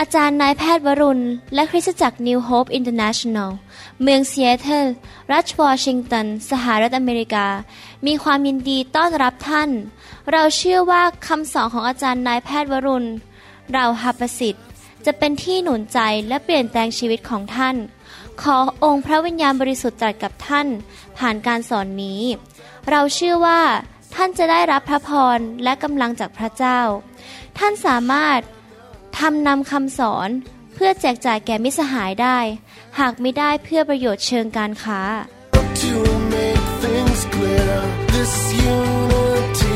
อาจารย์นายแพทย์วรุณและคริสตจักร New Hope International เมืองซีแอตเทิลรัฐวอชิงตันสหรัฐอเมริกามีความยินดีต้อนรับท่านเราเชื่อว่าคำสอนของอาจารย์นายแพทย์วรุณเราหประสิทธิ์จะเป็นที่หนุนใจและเปลี่ยนแปลงชีวิตของท่านขอองค์พระวิญญาณบริสุทธิ์ตรัสกับท่านผ่านการสอนนี้เราเชื่อว่าท่านจะได้รับพระพรและกำลังจากพระเจ้าท่านสามารถนำคำสอนเพื่อแจกจ่ายแก่มิตรสหายได้หากไม่ได้เพื่อประโยชน์เชิงการค้า To make things clear, this unity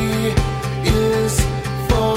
is for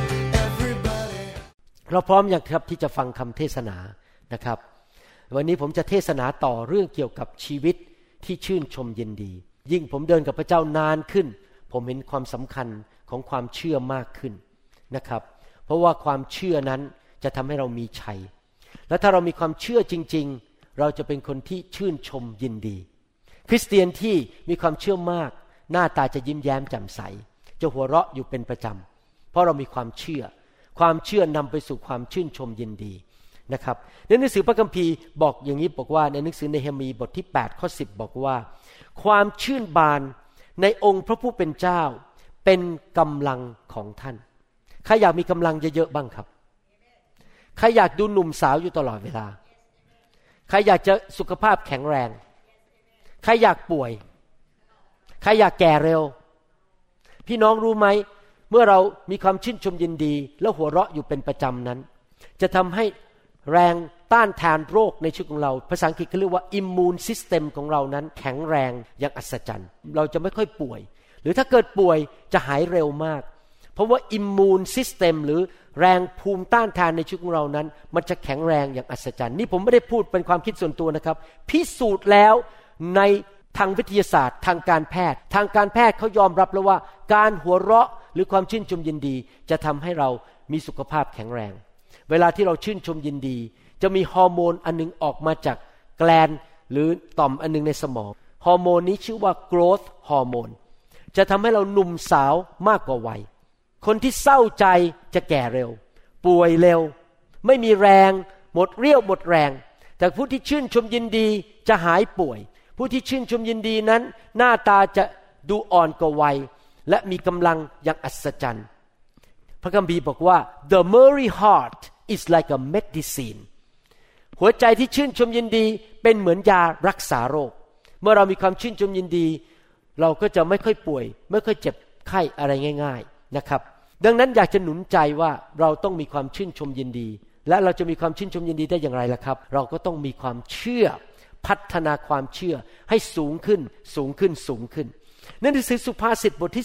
everybody. เราพร้อมอย่างครับที่จะฟังคำเทศนานะครับวันนี้ผมจะเทศนาต่อเรื่องเกี่ยวกับชีวิตที่ชื่นชมยินดียิ่งผมเดินกับพระเจ้านานขึ้นผมเห็นความสำคัญของความเชื่อมากขึ้นนะครับเพราะว่าความเชื่อนั้นจะทำให้เรามีชัยและถ้าเรามีความเชื่อจริงๆเราจะเป็นคนที่ชื่นชมยินดีคริสเตียนที่มีความเชื่อมากหน้าตาจะยิ้มแย้มแจ่มใสจะหัวเราะอยู่เป็นประจำเพราะเรามีความเชื่อนำไปสู่ความชื่นชมยินดีนะครับในหนังสือพระคัมภีร์บอกอย่างนี้บอกว่าในหนังสือเนเหมีบทที่8ข้อ10บอกว่าความชื่นบานในองค์พระผู้เป็นเจ้าเป็นกำลังของท่านใครอยากมีกำลังเยอะๆบ้างครับใครอยากดูหนุ่มสาวอยู่ตลอดเวลาใครอยากจะสุขภาพแข็งแรงใครอยากป่วยใครอยากแก่เร็วพี่น้องรู้ไหมเมื่อเรามีความชื่นชมยินดีและหัวเราะอยู่เป็นประจำนั้นจะทำให้แรงต้านทานโรคในชีวิตของเราภาษาอังกฤษเขาเรียกว่า immune system ของเรานั้นแข็งแรงอย่างอัศจรรย์เราจะไม่ค่อยป่วยหรือถ้าเกิดป่วยจะหายเร็วมากเพราะว่า immune system หรือแรงภูมิต้านทานในชีวิตของเรานั้นมันจะแข็งแรงอย่างอัศจรรย์นี่ผมไม่ได้พูดเป็นความคิดส่วนตัวนะครับพิสูจน์แล้วในทางวิทยาศาสตร์ทางการแพทย์เขายอมรับแล้วว่าการหัวเราะหรือความชื่นชมยินดีจะทำให้เรามีสุขภาพแข็งแรงเวลาที่เราชื่นชมยินดีจะมีฮอร์โมนอันนึงออกมาจากแกลนหรือต่อมอันนึงในสมองฮอร์โมนนี้ชื่อว่า growth hormone จะทำให้เราหนุ่มสาวมากกว่าวัยคนที่เศร้าใจจะแก่เร็วป่วยเร็วไม่มีแรงหมดเรี่ยวหมดแรงแต่ผู้ที่ชื่นชมยินดีจะหายป่วยผู้ที่ชื่นชมยินดีนั้นหน้าตาจะดูอ่อนกว่าวัยและมีกำลังอย่างอัศจรรย์พระคัมภีร์บอกว่า the merry heart is like a medicine หัวใจที่ชื่นชมยินดีเป็นเหมือนยารักษาโรคเมื่อเรามีความชื่นชมยินดีเราก็จะไม่ค่อยป่วยไม่ค่อยเจ็บไข้อะไรง่ายๆนะครับดังนั้นอยากจะหนุนใจว่าเราต้องมีความชื่นชมยินดีและเราจะมีความชื่นชมยินดีได้อย่างไรล่ะครับเราก็ต้องมีความเชื่อพัฒนาความเชื่อให้สูงขึ้นในหนังสือสุภาษิตบทที่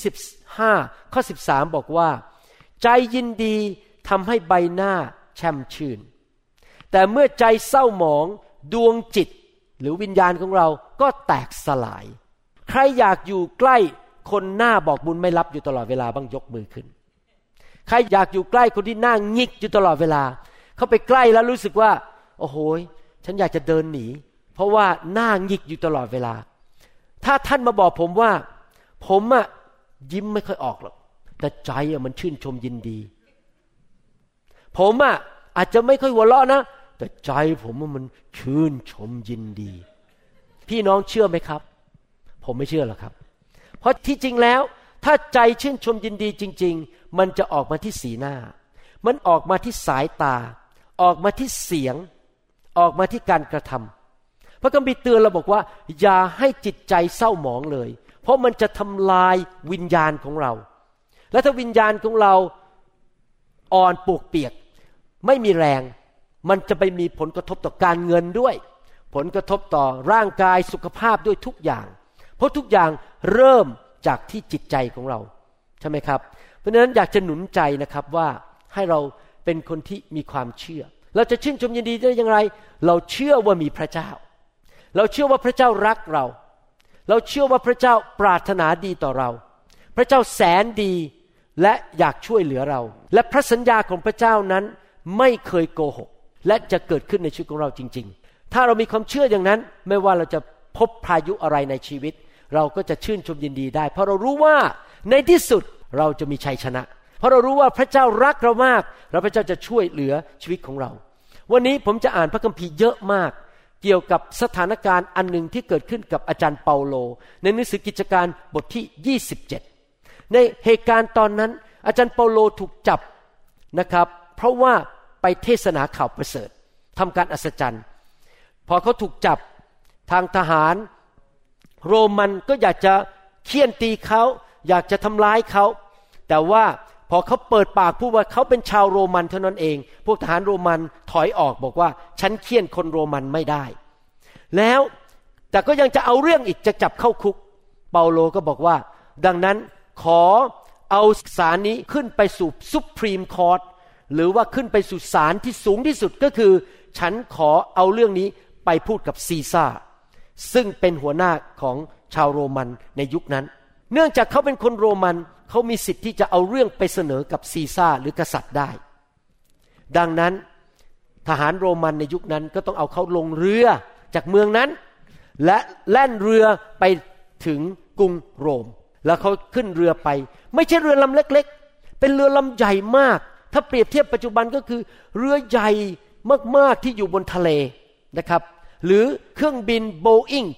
15ข้อ13บอกว่าใจยินดีทำให้ใบหน้าแช่มชื่นแต่เมื่อใจเศร้าหมองดวงจิตหรือวิญญาณของเราก็แตกสลายใครอยากอยู่ใกล้คนหน้าบอกบุญไม่รับอยู่ตลอดเวลาบ้างยกมือขึ้นใครอยากอยู่ใกล้คนที่หน้างิกอยู่ตลอดเวลาเข้าไปใกล้แล้วรู้สึกว่าโอ้โหฉันอยากจะเดินหนีเพราะว่าหน้างิกอยู่ตลอดเวลาถ้าท่านมาบอกผมว่าผมยิ้มไม่ค่อยออกหรอกแต่ใจมันชื่นชมยินดีผมอาจจะไม่ค่อยหัวเราะนะแต่ใจผมมันชื่นชมยินดีพี่น้องเชื่อไหมครับผมไม่เชื่อหรอกครับเพราะที่จริงแล้วถ้าใจชื่นชมยินดีจริงๆมันจะออกมาที่สีหน้ามันออกมาที่สายตาออกมาที่เสียงออกมาที่การกระทำพระคัมภีร์เตือนเราบอกว่าอย่าให้จิตใจเศร้าหมองเลยเพราะมันจะทำลายวิญญาณของเราและถ้าวิญญาณของเราอ่อนปวกเปียกไม่มีแรงมันจะไปมีผลกระทบต่อการเงินด้วยผลกระทบต่อร่างกายสุขภาพด้วยทุกอย่างเพราะทุกอย่างเริ่มจากที่จิตใจของเราใช่ไหมครับเพราะฉะนั้นอยากจะหนุนใจนะครับว่าให้เราเป็นคนที่มีความเชื่อเราจะชื่นชมยินดีได้อย่างไรเราเชื่อว่ามีพระเจ้าเราเชื่อว่าพระเจ้ารักเราเราเชื่อว่าพระเจ้าปรารถนาดีต่อเราพระเจ้าแสนดีและอยากช่วยเหลือเราและพระสัญญาของพระเจ้านั้นไม่เคยโกหกและจะเกิดขึ้นในชีวิตของเราจริงๆถ้าเรามีความเชื่ออย่างนั้นไม่ว่าเราจะพบพายุอะไรในชีวิตเราก็จะชื่นชมยินดีได้เพราะเรารู้ว่าในที่สุดเราจะมีชัยชนะเพราะราะเรารู้ว่าพระเจ้ารักเรามากแล้วพระเจ้าจะช่วยเหลือชีวิตของเราวันนี้ผมจะอ่านพระคัมภีร์เยอะมากเกี่ยวกับสถานการณ์อันหนึ่งที่เกิดขึ้นกับอาจารย์เปาโลในหนังสือกิจการบทที่27ในเหตุการณ์ตอนนั้นอาจารย์เปาโลถูกจับนะครับเพราะว่าไปเทศนาข่าวประเสริฐทำการอัศจรรย์พอเขาถูกจับทางทหารโรมันก็อยากจะเฆี่ยนตีเขาอยากจะทำร้ายเขาแต่ว่าพอเขาเปิดปากพูดว่าเขาเป็นชาวโรมันเท่านั้นเองพวกทหารโรมันถอยออกบอกว่าฉันเฆี่ยนคนโรมันไม่ได้แล้วแต่ก็ยังจะเอาเรื่องอีกจะจับเข้าคุกเปาโลก็บอกว่าดังนั้นขอเอาศาลนี้ขึ้นไปสู่ซุปพรีมคอร์ตหรือว่าขึ้นไปสู่ศาลที่สูงที่สุดก็คือฉันขอเอาเรื่องนี้ไปพูดกับซีซ่าซึ่งเป็นหัวหน้าของชาวโรมันในยุคนั้นเนื่องจากเขาเป็นคนโรมันเขามีสิทธิ์ที่จะเอาเรื่องไปเสนอกับซีซ่าหรือกษัตริย์ได้ดังนั้นทหารโรมันในยุคนั้นก็ต้องเอาเขาลงเรือจากเมืองนั้นและแล่นเรือไปถึงกรุงโรมแล้วเขาขึ้นเรือไปไม่ใช่เรือลำเล็กๆเป็นเรือลำใหญ่มากถ้าเปรียบเทียบปัจจุบันก็คือเรือใหญ่มากๆที่อยู่บนทะเลนะครับหรือเครื่องบิน Boeing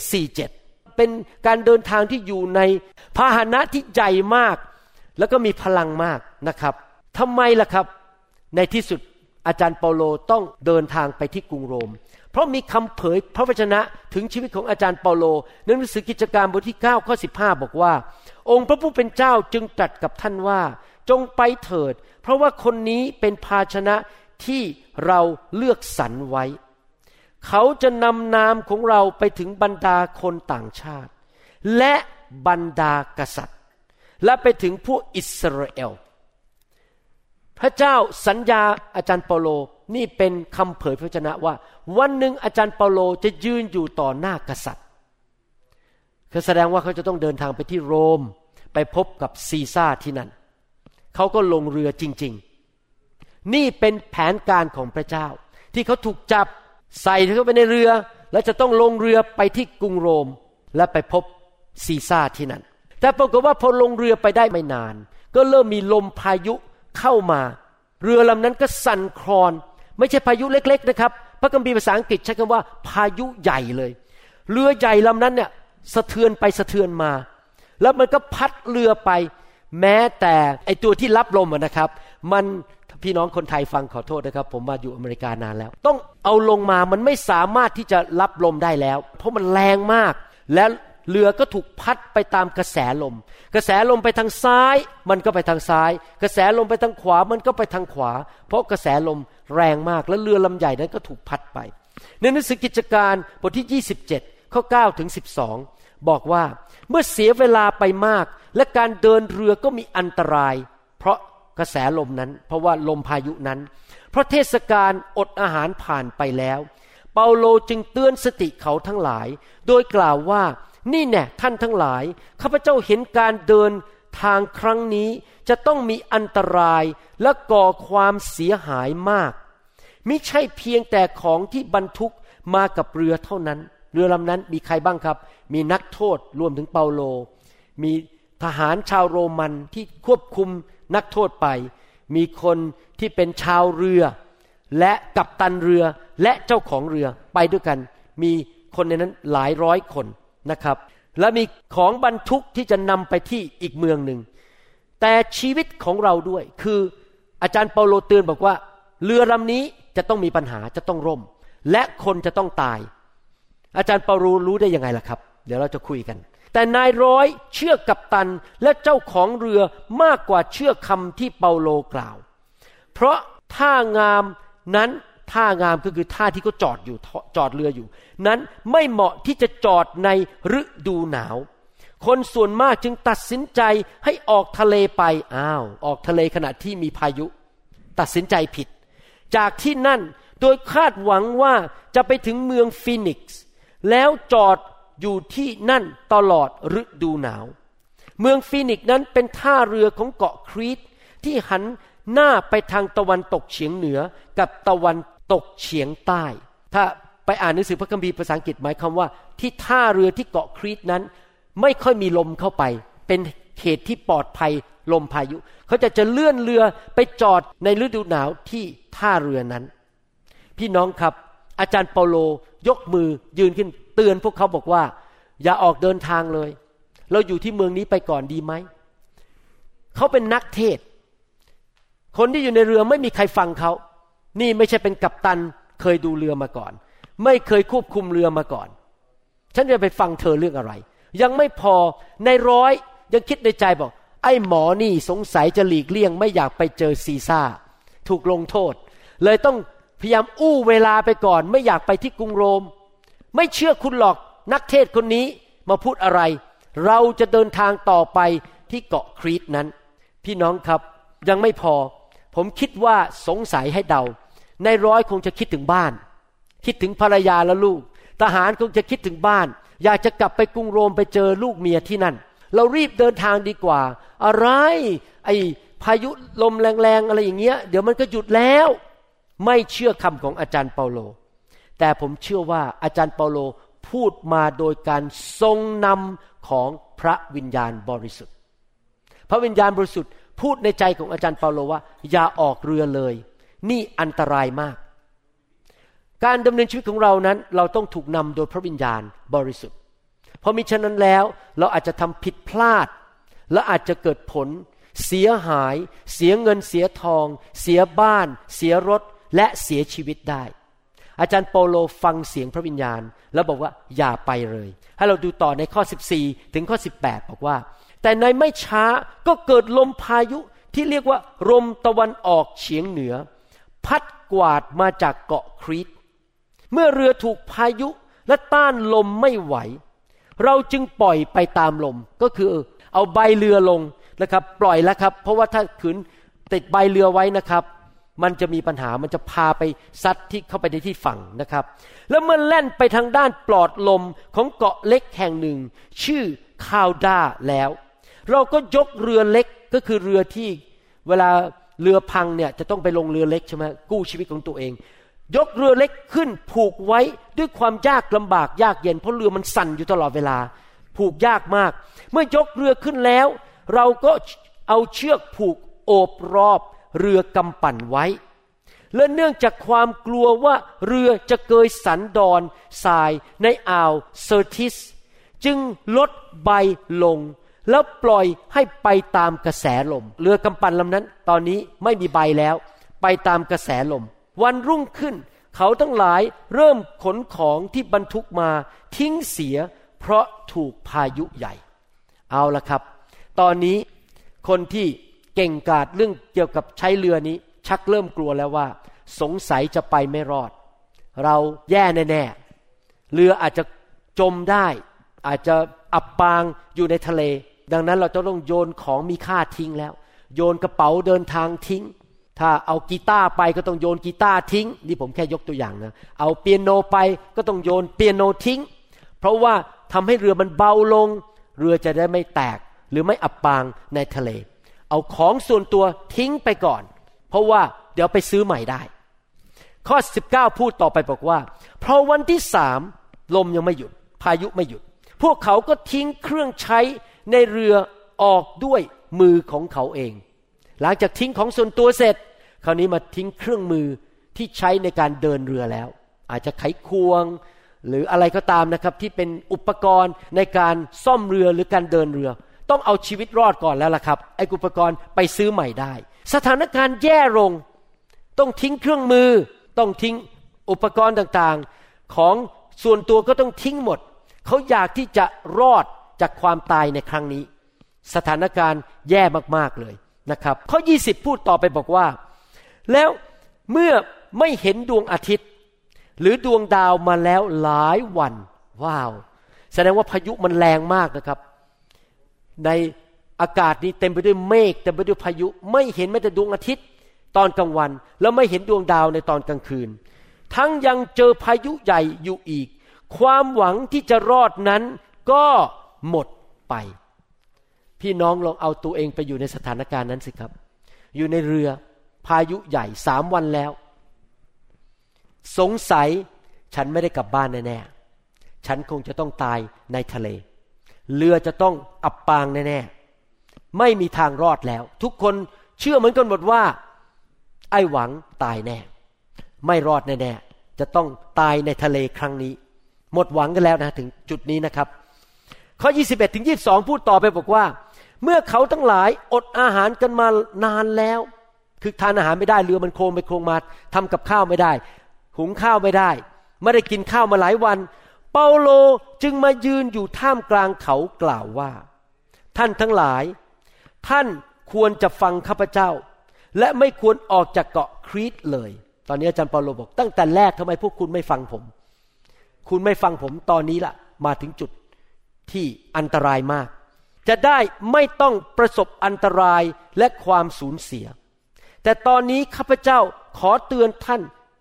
747เป็นการเดินทางที่อยู่ในพาหนะที่ใหญ่มากแล้วก็มีพลังมากนะครับทำไมล่ะครับในที่สุดอาจารย์เปาโลต้องเดินทางไปที่กรุงโรมเพราะมีคำเผยพระวจนะถึงชีวิตของอาจารย์เปาโลในหนังสือกิจการบทที่9ข้อ15บอกว่าองค์พระผู้เป็นเจ้าจึงตรัสกับท่านว่าจงไปเถิดเพราะว่าคนนี้เป็นภาชนะที่เราเลือกสรรไว้เขาจะนำนามของเราไปถึงบรรดาคนต่างชาติและบรรดากษัตริย์และไปถึงพวกอิสราเอลพระเจ้าสัญญาอาจารย์เปาโลนี่เป็นคำเผยพระวจนะว่าวันหนึ่งอาจารย์เปาโลจะยืนอยู่ต่อหน้ากษัตริย์คือแสดงว่าเขาจะต้องเดินทางไปที่โรมไปพบกับซีซ่าที่นั่นเขาก็ลงเรือจริงๆนี่เป็นแผนการของพระเจ้าที่เขาถูกจับใส่เข้าไปในเรือแล้วจะต้องลงเรือไปที่กรุงโรมและไปพบซีซ่าที่นั่นแต่ปรากฏว่าพอลงเรือไปได้ไม่นานก็เริ่มมีลมพายุเข้ามาเรือลำนั้นก็สั่นคลอนไม่ใช่พายุเล็กๆนะครับพระคัมภีร์ภาษาอังกฤษใช้คำว่าพายุใหญ่เลยเรือใหญ่ลำนั้นเนี่ยสะเทือนไปสะเทือนมาแล้วมันก็พัดเรือไปแม้แต่ไอตัวที่รับลมนะครับมันพี่น้องคนไทยฟังขอโทษนะครับผมมาอยู่อเมริกานานแล้วต้องเอาลงมามันไม่สามารถที่จะรับลมได้แล้วเพราะมันแรงมากและเรือก็ถูกพัดไปตามกระแสลมกระแสลมไปทางซ้ายมันก็ไปทางซ้ายกระแสลมไปทางขวามันก็ไปทางขวาเพราะกระแสลมแรงมากและเรือลำใหญ่นั้นก็ถูกพัดไปในหนังสือกิจการบทที่27ข้อ9ถึง12บอกว่าเมื่อเสียเวลาไปมากและการเดินเรือก็มีอันตรายเพราะกระแสลมนั้นเพราะว่าลมพายุนั้นเพราะเทศกาลอดอาหารผ่านไปแล้วเปาโลจึงเตือนสติเขาทั้งหลายโดยกล่าวว่านี่แน่ท่านทั้งหลายข้าพเจ้าเห็นการเดินทางครั้งนี้จะต้องมีอันตรายและก่อความเสียหายมากมิใช่เพียงแต่ของที่บรรทุกมากับเรือเท่านั้นเรือลำนั้นมีใครบ้างครับมีนักโทษรวมถึงเปาโลมีทหารชาวโรมันที่ควบคุมนักโทษไปมีคนที่เป็นชาวเรือและกัปตันเรือและเจ้าของเรือไปด้วยกันมีคนในนั้นหลายร้อยคนนะครับและมีของบรรทุกที่จะนำไปที่อีกเมืองหนึ่งแต่ชีวิตของเราด้วยคืออาจารย์เปาโลเตือนบอกว่าเรือลำนี้จะต้องมีปัญหาจะต้องร่มและคนจะต้องตายอาจารย์เปาโลรู้ได้ยังไงล่ะครับเดี๋ยวเราจะคุยกันแต่นายร้อยเชื่อกัปตันและเจ้าของเรือมากกว่าเชื่อคำที่เปาโลกล่าวเพราะท่างามนั้นท่างามก็คือท่าที่เขาจอดเรืออยู่นั้นไม่เหมาะที่จะจอดในฤดูหนาวคนส่วนมากจึงตัดสินใจให้ออกทะเลไปออกทะเลขณะที่มีพายุตัดสินใจผิดจากที่นั่นโดยคาดหวังว่าจะไปถึงเมืองฟีนิกซ์แล้วจอดอยู่ที่นั่นตลอดฤดูหนาวเมืองฟีนิกซ์นั้นเป็นท่าเรือของเกาะครีตที่หันหน้าไปทางตะวันตกเฉียงเหนือกับตะวันตกเฉียงใต้ถ้าไปอ่านหนังสือพระคัมภีร์ภาษาอังกฤษหมายความว่าที่ท่าเรือที่เกาะครีตนั้นไม่ค่อยมีลมเข้าไปเป็นเขตที่ปลอดภัยลมพายุเขาจะเลื่อนเรือไปจอดในฤดูหนาวที่ท่าเรือนั้นพี่น้องครับอาจารย์เปาโลยกมือยืนขึ้นเตือนพวกเขาบอกว่าอย่าออกเดินทางเลยเราอยู่ที่เมืองนี้ไปก่อนดีไหมเขาเป็นนักเทศคนที่อยู่ในเรือไม่มีใครฟังเขานี่ไม่ใช่เป็นกัปตันเคยดูเรือมาก่อนไม่เคยควบคุมเรือมาก่อนฉันจะไปฟังเธอเรื่องอะไรยังไม่พอในร้อยยังคิดในใจบอกไอ้หมอนี่สงสัยจะหลีกเลี่ยงไม่อยากไปเจอซีซ่าถูกลงโทษเลยต้องพยายามอู้เวลาไปก่อนไม่อยากไปที่กรุงโรมไม่เชื่อคุณหรอกนักเทศคนนี้มาพูดอะไรเราจะเดินทางต่อไปที่เกาะครีตนั้นพี่น้องครับยังไม่พอผมคิดว่าสงสัยให้เดาในร้อยคงจะคิดถึงบ้านคิดถึงภรรยาและลูกทหารคงจะคิดถึงบ้านอยากจะกลับไปกรุงโรมไปเจอลูกเมียที่นั่นเรารีบเดินทางดีกว่าอะไรไอ้พายุลมแรงๆอะไรอย่างเงี้ยเดี๋ยวมันก็หยุดแล้วไม่เชื่อคำของอาจารย์เปาโลแต่ผมเชื่อว่าอาจารย์เปาโลพูดมาโดยการทรงนำของพระวิญญาณบริสุทธิ์พระวิญญาณบริสุทธิ์พูดในใจของอาจารย์เปาโลว่าอย่าออกเรือเลยนี่อันตรายมากการดำเนินชีวิตของเรานั้นเราต้องถูกนำโดยพระวิญญาณบริสุทธิ์เพราะมิฉะนั้นแล้วเราอาจจะทำผิดพลาดและอาจจะเกิดผลเสียหายเสียเงินเสียทองเสียบ้านเสียรถและเสียชีวิตได้อาจารย์เปาโลฟังเสียงพระวิญญาณแล้วบอกว่าอย่าไปเลยให้เราดูต่อในข้อ14ถึงข้อ18บอกว่าแต่ในไม่ช้าก็เกิดลมพายุที่เรียกว่าลมตะวันออกเฉียงเหนือพัดกวาดมาจากเกาะครีตเมื่อเรือถูกพายุและต้านลมไม่ไหวเราจึงปล่อยไปตามลมก็คือเอาใบเรือลงนะครับปล่อยแล้วครับเพราะว่าถ้าขืนติดใบเรือไว้นะครับมันจะมีปัญหามันจะพาไปซัดที่เข้าไปในที่ฝั่งนะครับแล้วเมื่อแล่นไปทางด้านปลอดลมของเกาะเล็กแห่งหนึ่งชื่อคาวดาแล้วเราก็ยกเรือเล็กก็คือเรือที่เวลาเรือพังเนี่ยจะต้องไปลงเรือเล็กใช่ไหมกู้ชีวิตของตัวเองยกเรือเล็กขึ้นผูกไว้ด้วยความยากลำบากยากเย็นเพราะเรือมันสั่นอยู่ตลอดเวลาผูกยากมากเมื่อยกเรือขึ้นแล้วเราก็เอาเชือกผูกโอบรอบเรือกำปั่นไว้และเนื่องจากความกลัวว่าเรือจะเกยสันดอนทรายในอ่าวเซอร์ทิสจึงลดใบลงแล้วปล่อยให้ไปตามกระแสลมเรือกำปั่นลำนั้นตอนนี้ไม่มีใบแล้วไปตามกระแสลมวันรุ่งขึ้นเขาทั้งหลายเริ่มขนของที่บรรทุกมาทิ้งเสียเพราะถูกพายุใหญ่เอาละครับตอนนี้คนที่เก่งกาจเรื่องเกี่ยวกับใช้เรือนี้ชักเริ่มกลัวแล้วว่าสงสัยจะไปไม่รอดเราแย่แน่ๆเรืออาจจะจมได้อาจจะอับปางอยู่ในทะเลดังนั้นเราจะต้องโยนของมีค่าทิ้งแล้วโยนกระเป๋าเดินทางทิ้งถ้าเอากีตาร์ไปก็ต้องโยนกีตาร์ทิ้งนี่ผมแค่ยกตัวอย่างนะเอาเปียโนไปก็ต้องโยนเปียโนทิ้งเพราะว่าทำให้เรือมันเบาลงเรือจะได้ไม่แตกหรือไม่อับปางในทะเลเอาของส่วนตัวทิ้งไปก่อนเพราะว่าเดี๋ยวไปซื้อใหม่ได้ข้อ19พูดต่อไปบอกว่าเพราะวันที่3ลมยังไม่หยุดพายุไม่หยุดพวกเขาก็ทิ้งเครื่องใช้ในเรือออกด้วยมือของเขาเองหลังจากทิ้งของส่วนตัวเสร็จคราวนี้มาทิ้งเครื่องมือที่ใช้ในการเดินเรือแล้วอาจจะไขควงหรืออะไรก็ตามนะครับที่เป็นอุปกรณ์ในการซ่อมเรือหรือการเดินเรือต้องเอาชีวิตรอดก่อนแล้วล่ะครับไอ้อุปกรณ์ไปซื้อใหม่ได้สถานการณ์แย่ลงต้องทิ้งเครื่องมือต้องทิ้งอุปกรณ์ต่างๆของส่วนตัวก็ต้องทิ้งหมดเขาอยากที่จะรอดจากความตายในครั้งนี้สถานการณ์แย่มากๆเลยนะครับข้อ20พูดต่อไปบอกว่าแล้วเมื่อไม่เห็นดวงอาทิตย์หรือดวงดาวมาแล้วหลายวันว้าวแสดงว่าพายุมันแรงมากนะครับในอากาศนี้เต็มไปด้วยเมฆเต็มไปด้วยพายุไม่เห็นแม้แต่ดวงอาทิตย์ตอนกลางวันแล้วไม่เห็นดวงดาวในตอนกลางคืนทั้งยังเจอพายุใหญ่อยู่อีกความหวังที่จะรอดนั้นก็หมดไปพี่น้องลองเอาตัวเองไปอยู่ในสถานการณ์นั้นสิครับอยู่ในเรือพายุใหญ่3วันแล้วสงสัยฉันไม่ได้กลับบ้านแน่ๆฉันคงจะต้องตายในทะเลเรือจะต้องอับปางแน่ๆไม่มีทางรอดแล้วทุกคนเชื่อเหมือนกันหมดว่าไอ้หวังตายแน่ไม่รอดแน่ๆจะต้องตายในทะเลครั้งนี้หมดหวังกันแล้วนะถึงจุดนี้นะครับข้อ21ถึง22พูดต่อไปบอกว่าเมื่อเขาทั้งหลายอดอาหารกันมานานแล้วคือทานอาหารไม่ได้เรือมันโคลงไปโคลงมาทำกับข้าวไม่ได้หุงข้าวไม่ได้ไม่ได้กินข้าวมาหลายวันเปาโลจึงมายืนอยู่ท่ามกลางเขากล่าวว่าท่านทั้งหลายท่านควรจะฟังข้าพเจ้าและไม่ควรออกจากเกาะครีตเลยตอนนี้อาจารย์เปาโลบอกตั้งแต่แรกทำไมพวกคุณไม่ฟังผมคุณไม่ฟังผมตอนนี้ล่ะมาถึงจุดที่อันตรายมากจะได้ไม่ต้องประสบอันตรายและความสูญเสียแต่ตอนนี้ข้าพเจ้าขอเตือนท่าน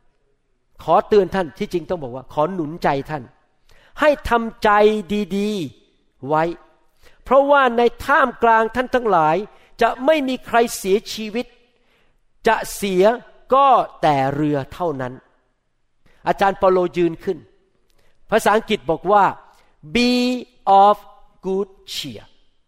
ที่จริงต้องบอกว่าขอหนุนใจท่านให้ทำใจดีๆไว้เพราะว่าในท่ามกลางท่านทั้งหลายจะไม่มีใครเสียชีวิตจะเสียก็แต่เรือเท่านั้นอาจารย์เปาโลยืนขึ้นภาษาอังกฤษบอกว่า be of good cheer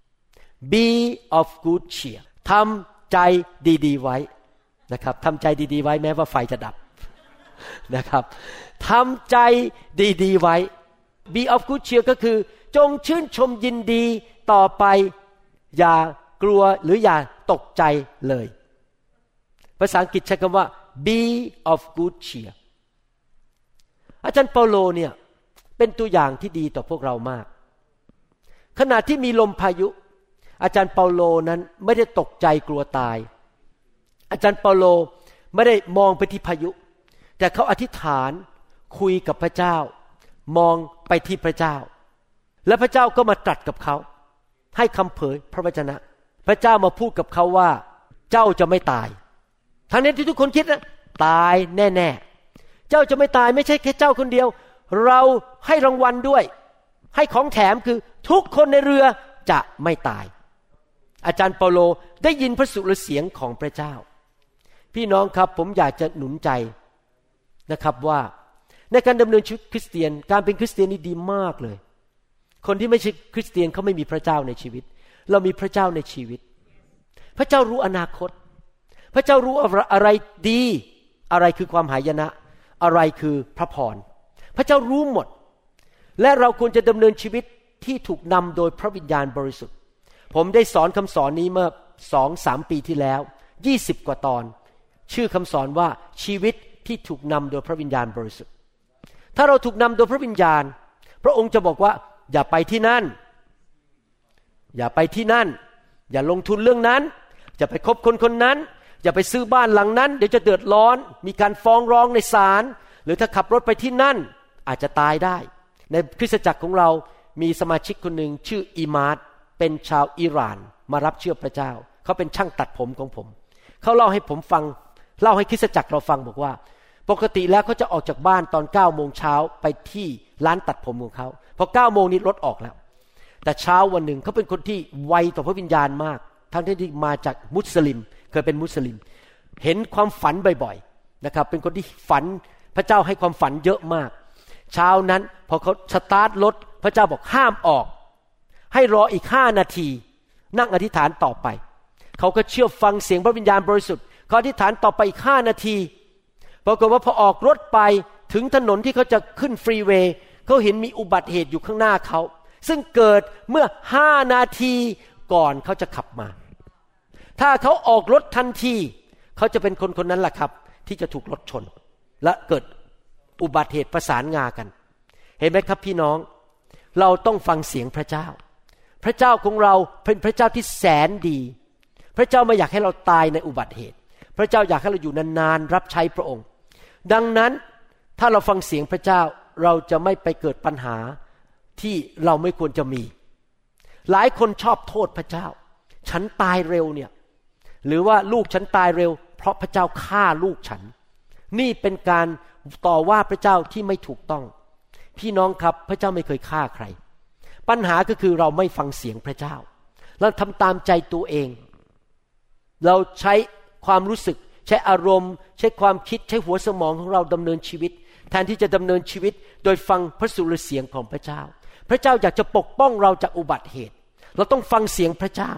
be of good cheer ทำใจดีๆไว้นะครับทำใจดีๆไว้แม้ว่าไฟจะดับนะครับทำใจดีๆไว้ be of good cheer ก็คือจงชื่นชมยินดีต่อไปอย่ากลัวหรืออย่าตกใจเลยภาษาอังกฤษใช้คำว่า be of good cheer อาจารย์เปาโลเนี่ยเป็นตัวอย่างที่ดีต่อพวกเรามากขณะที่มีลมพายุอาจารย์เปาโลนั้นไม่ได้ตกใจกลัวตายอาจารย์เปาโลไม่ได้มองไปที่พายุแต่เขาอธิษฐานคุยกับพระเจ้ามองไปที่พระเจ้าและพระเจ้าก็มาตรัสกับเขาให้คำเผยพระวจนะพระเจ้ามาพูดกับเขาว่าเจ้าจะไม่ตายทั้งนี้ที่ทุกคนคิดนะตายแน่ๆเจ้าจะไม่ตายไม่ใช่แค่เจ้าคนเดียวเราให้รางวัลด้วยให้ของแถมคือทุกคนในเรือจะไม่ตายอาจารย์เปาโลได้ยินพระสุรเสียงของพระเจ้าพี่น้องครับผมอยากจะหนุนใจนะครับว่าในการดำเนินชีวิตคริสเตียนการเป็นคริสเตียนนี่ดีมากเลยคนที่ไม่ใช่คริสเตียนเขาไม่มีพระเจ้าในชีวิตเรามีพระเจ้าในชีวิตพระเจ้ารู้อนาคตพระเจ้ารู้อะไรดีอะไรคือความหายนะอะไรคือพระพรพระเจ้ารู้หมดและเราควรจะดำเนินชีวิตที่ถูกนำโดยพระวิญญาณบริสุทธิ์ผมได้สอนคำสอนนี้เมื่อ 2-3 ปีที่แล้ว20กว่าตอนชื่อคำสอนว่าชีวิตที่ถูกนำโดยพระวิญญาณบริสุทธิ์ถ้าเราถูกนำโดยพระวิญญาณพระองค์จะบอกว่าอย่าไปที่นั่นอย่าไปที่นั่นอย่าลงทุนเรื่องนั้นอย่าไปคบคนคนนั้นอย่าไปซื้อบ้านหลังนั้นเดี๋ยวจะเดือดร้อนมีการฟ้องร้องในศาลหรือถ้าขับรถไปที่นั่นอาจจะตายได้ในคริสตจักรของเรามีสมาชิกคนหนึ่งชื่ออีมาร์เป็นชาวอิหร่านมารับเชื่อพระเจ้าเขาเป็นช่างตัดผมของผมเขาเล่าให้ผมฟังเล่าให้คริสตจักรเราฟังบอกว่าปกติแล้วเขาจะออกจากบ้านตอน 9 โมงเช้าไปที่ร้านตัดผมของเขาพอ 9 โมงนี้รถออกแล้วแต่เช้าวันหนึ่งเขาเป็นคนที่ไวต่อพระวิญญาณมากทั้งที่มาจากมุสลิมเคยเป็นมุสลิมเห็นความฝันบ่อยๆนะครับเป็นคนที่ฝันพระเจ้าให้ความฝันเยอะมากเช้านั้นพอเขาสตาร์ทรถพระเจ้าบอกห้ามออกให้รออีก5 นาทีนั่งอธิษฐานต่อไปเขาก็เชื่อฟังเสียงพระวิญญาณบริสุทธิ์เขาอธิษฐานต่อไปอีก5 นาทีปรากฏว่าพอออกรถไปถึงถนนที่เขาจะขึ้นฟรีเวย์เขาเห็นมีอุบัติเหตุอยู่ข้างหน้าเขาซึ่งเกิดเมื่อ5 นาทีก่อนเขาจะขับมาถ้าเขาออกรถทันทีเขาจะเป็นคนคนนั้นแหละครับที่จะถูกรถชนและเกิดอุบัติเหตุประสานงากันเห็นไหมครับพี่น้องเราต้องฟังเสียงพระเจ้าพระเจ้าของเราเป็นพระเจ้าที่แสนดีพระเจ้าไม่อยากให้เราตายในอุบัติเหตุพระเจ้าอยากให้เราอยู่นานๆรับใช้พระองค์ดังนั้นถ้าเราฟังเสียงพระเจ้าเราจะไม่ไปเกิดปัญหาที่เราไม่ควรจะมีหลายคนชอบโทษพระเจ้าฉันตายเร็วเนี่ยหรือว่าลูกฉันตายเร็วเพราะพระเจ้าฆ่าลูกฉันนี่เป็นการต่อว่าพระเจ้าที่ไม่ถูกต้องพี่น้องครับพระเจ้าไม่เคยฆ่าใครปัญหาก็คือเราไม่ฟังเสียงพระเจ้าเราทำตามใจตัวเองเราใช้ความรู้สึกใช้อารมณ์ใช้ความคิดใช้หัวสมองของเราดำเนินชีวิตแทนที่จะดำเนินชีวิตโดยฟังพระสุรเสียงของพระเจ้าพระเจ้าอยากจะปกป้องเราจากอุบัติเหตุเราต้องฟังเสียงพระเจ้า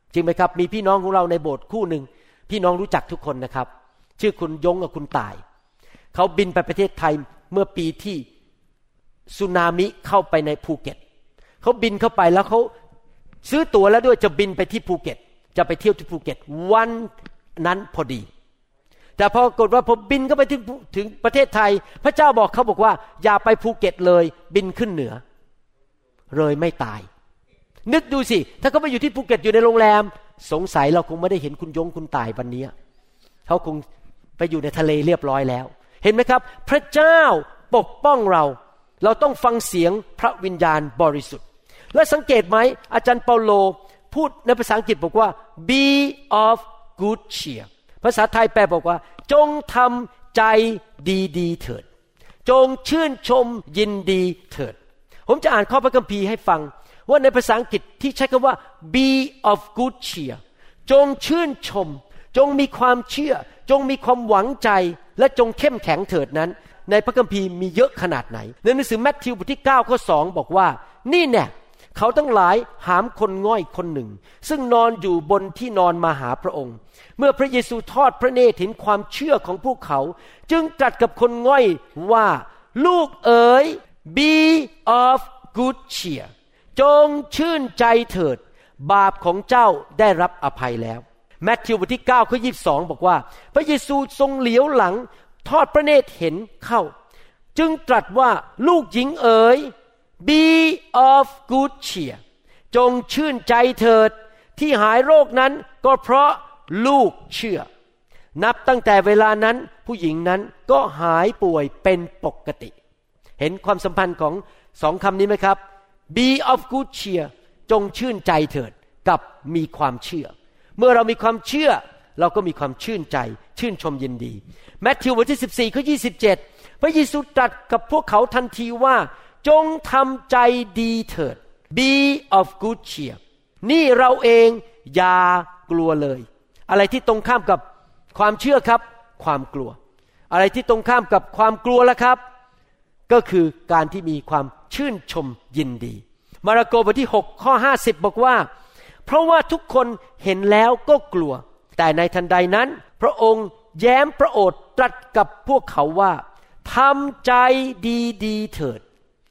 จริงไหมครับมีพี่น้องของเราในโบสถ์คู่หนึ่งพี่น้องรู้จักทุกคนนะครับชื่อคุณยงกับคุณต่ายเขาบินไปประเทศไทยเมื่อปีที่สึนามิเข้าไปในภูเก็ตเขาบินเข้าไปแล้วเขาซื้อตั๋วแล้วด้วยจะบินไปที่ภูเก็ตจะไปเที่ยวที่ภูเก็ตวันนั้นพอดีแต่พอปรากฏว่าพอบินเข้าไปถึงประเทศไทยพระเจ้าบอกเขาบอกว่าอย่าไปภูเก็ตเลยบินขึ้นเหนือเลยไม่ตายนึกดูสิถ้าเขาไปอยู่ที่ภูเก็ตอยู่ในโรงแรมสงสัยเราคงไม่ได้เห็นคุณยงคุณตายวันนี้เขาคงไปอยู่ในทะเลเรียบร้อยแล้วเห็นไหมครับพระเจ้าปกป้องเราต้องฟังเสียงพระวิญญาณบริสุทธิ์และสังเกตไหมอาจารย์เปาโลพูดในภาษาอังกฤษบอกว่า be of good cheer ภาษาไทยแปลบอกว่าจงทำใจดีๆเถิดจงชื่นชมยินดีเถิดผมจะอ่านข้อพระคัมภีร์ให้ฟังว่าในภาษาอังกฤษที่ใช้คำว่า be of good cheer จงชื่นชมจงมีความเชื่อจงมีความหวังใจและจงเข้มแข็งเถิดนั้นในพระคัมภีร์มีเยอะขนาดไหนในหนังสือมัทธิวบทที่9ข้อ2บอกว่านี่แน่เขาทั้งหลายหามคนง่อยคนหนึ่งซึ่งนอนอยู่บนที่นอนมาหาพระองค์เมื่อพระเยซูทอดพระเนตรเห็นความเชื่อของพวกเขาจึงตรัสกับคนง่อยว่าลูกเอ๋ย be of good cheer จงชื่นใจเถิดบาปของเจ้าได้รับอภัยแล้วมัทธิวบทที่9ข้อ22บอกว่าพระเยซูทรงเหลียวหลังทอดพระเนตรเห็นเข้าจึงตรัสว่าลูกหญิงเอ๋ย be of good cheer จงชื่นใจเถิดที่หายโรคนั้นก็เพราะลูกเชื่อนับตั้งแต่เวลานั้นผู้หญิงนั้นก็หายป่วยเป็นปกติเห็นความสัมพันธ์ของสองคำนี้ไหมครับ be of good cheer จงชื่นใจเถิดกับมีความเชื่อเมื่อเรามีความเชื่อเราก็มีความชื่นใจชื่นชมยินดีมัทธิวบทที่14ข้อ27พระเยซูตรัสกับพวกเขาทันทีว่าจงทำใจดีเถิด be of good cheer นี่เราเองอย่ากลัวเลยอะไรที่ตรงข้ามกับความเชื่อครับความกลัวอะไรที่ตรงข้ามกับความกลัวล่ะครับก็คือการที่มีความชื่นชมยินดีมาระโกบทที่6ข้อ50บอกว่าเพราะว่าทุกคนเห็นแล้วก็กลัวแต่ในทันใดนั้นพระองค์แย้มพระโอษฐ์ตรัสกับพวกเขาว่าทำใจดีๆเถิด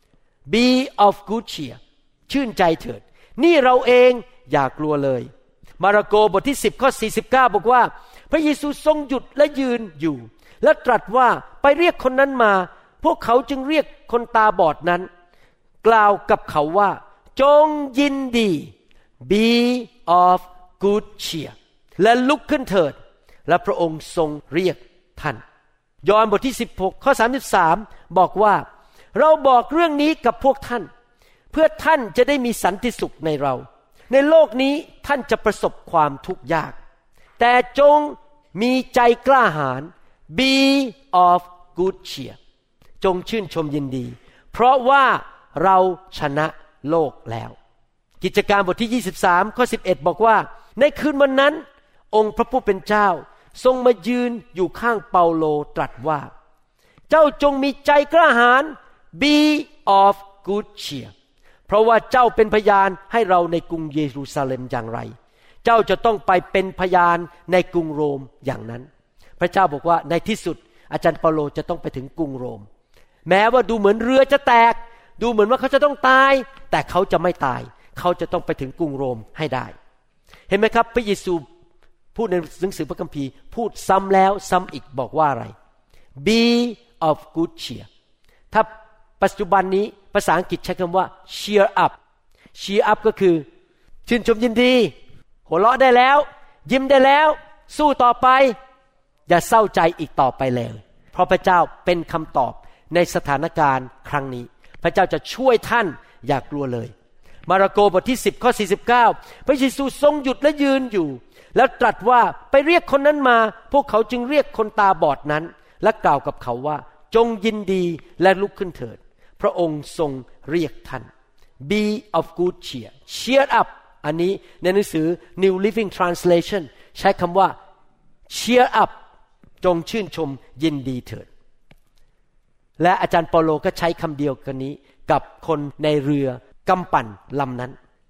be of good cheer ชื่นใจเถิดนี่เราเองอย่ากลัวเลยมาระโกบทที่10ข้อ49บอกว่าพระเยซูทรงหยุดและยืนอยู่และตรัสว่าไปเรียกคนนั้นมาพวกเขาจึงเรียกคนตาบอดนั้นกล่าวกับเขาว่าจงยินดี be of good cheer และลุกขึ้นเถิดและพระองค์ทรงเรียกท่านยอห์นบทที่16ข้อ33บอกว่าเราบอกเรื่องนี้กับพวกท่านเพื่อท่านจะได้มีสันติสุขในเราในโลกนี้ท่านจะประสบความทุกข์ยากแต่จงมีใจกล้าหาญ be of good cheer จงชื่นชมยินดีเพราะว่าเราชนะโลกแล้วกิจการบทที่23ข้อ11บอกว่าในคืนวันนั้นองค์พระผู้เป็นเจ้าทรงมายืนอยู่ข้างเปาโลตรัสว่าเจ้าจงมีใจกล้าหาญ be of good cheer เพราะว่าเจ้าเป็นพยานให้เราในกรุงเยรูซาเล็มอย่างไรเจ้าจะต้องไปเป็นพยานในกรุงโรมอย่างนั้นพระเจ้าบอกว่าในที่สุดอาจารย์เปาโลจะต้องไปถึงกรุงโรมแม้ว่าดูเหมือนเรือจะแตกดูเหมือนว่าเขาจะต้องตายแต่เขาจะไม่ตายเขาจะต้องไปถึงกรุงโรมให้ได้เห็นไหมครับพระเยซูพูดในหนังสือพระคัมภีร์พูดซ้ำแล้วซ้ำอีกบอกว่าอะไร be of good cheer ถ้าปัจจุบันนี้ภาษาอังกฤษใช้คำว่า cheer up ก็คือชื่นชมยินดีหัวเราะได้แล้วยิ้มได้แล้วสู้ต่อไปอย่าเศร้าใจอีกต่อไปเลยเพราะพระเจ้าเป็นคำตอบในสถานการณ์ครั้งนี้พระเจ้าจะช่วยท่านอย่ากลัวเลยมาระโกบทที่10ข้อ49พระเยซูทรงหยุดและยืนอยู่แล้วตรัสว่าไปเรียกคนนั้นมาพวกเขาจึงเรียกคนตาบอดนั้นและกล่าวกับเขาว่าจงยินดีและลุกขึ้นเถิดพระองค์ทรงเรียกท่าน be of good cheer cheer up อันนี้ในหนังสือ New Living Translation ใช้คำว่า cheer up จงชื่นชมยินดีเถิดและอาจารย์เปาโลก็ใช้คำเดียวกันนี้กับคนในเรือกำปั่นลำนั้น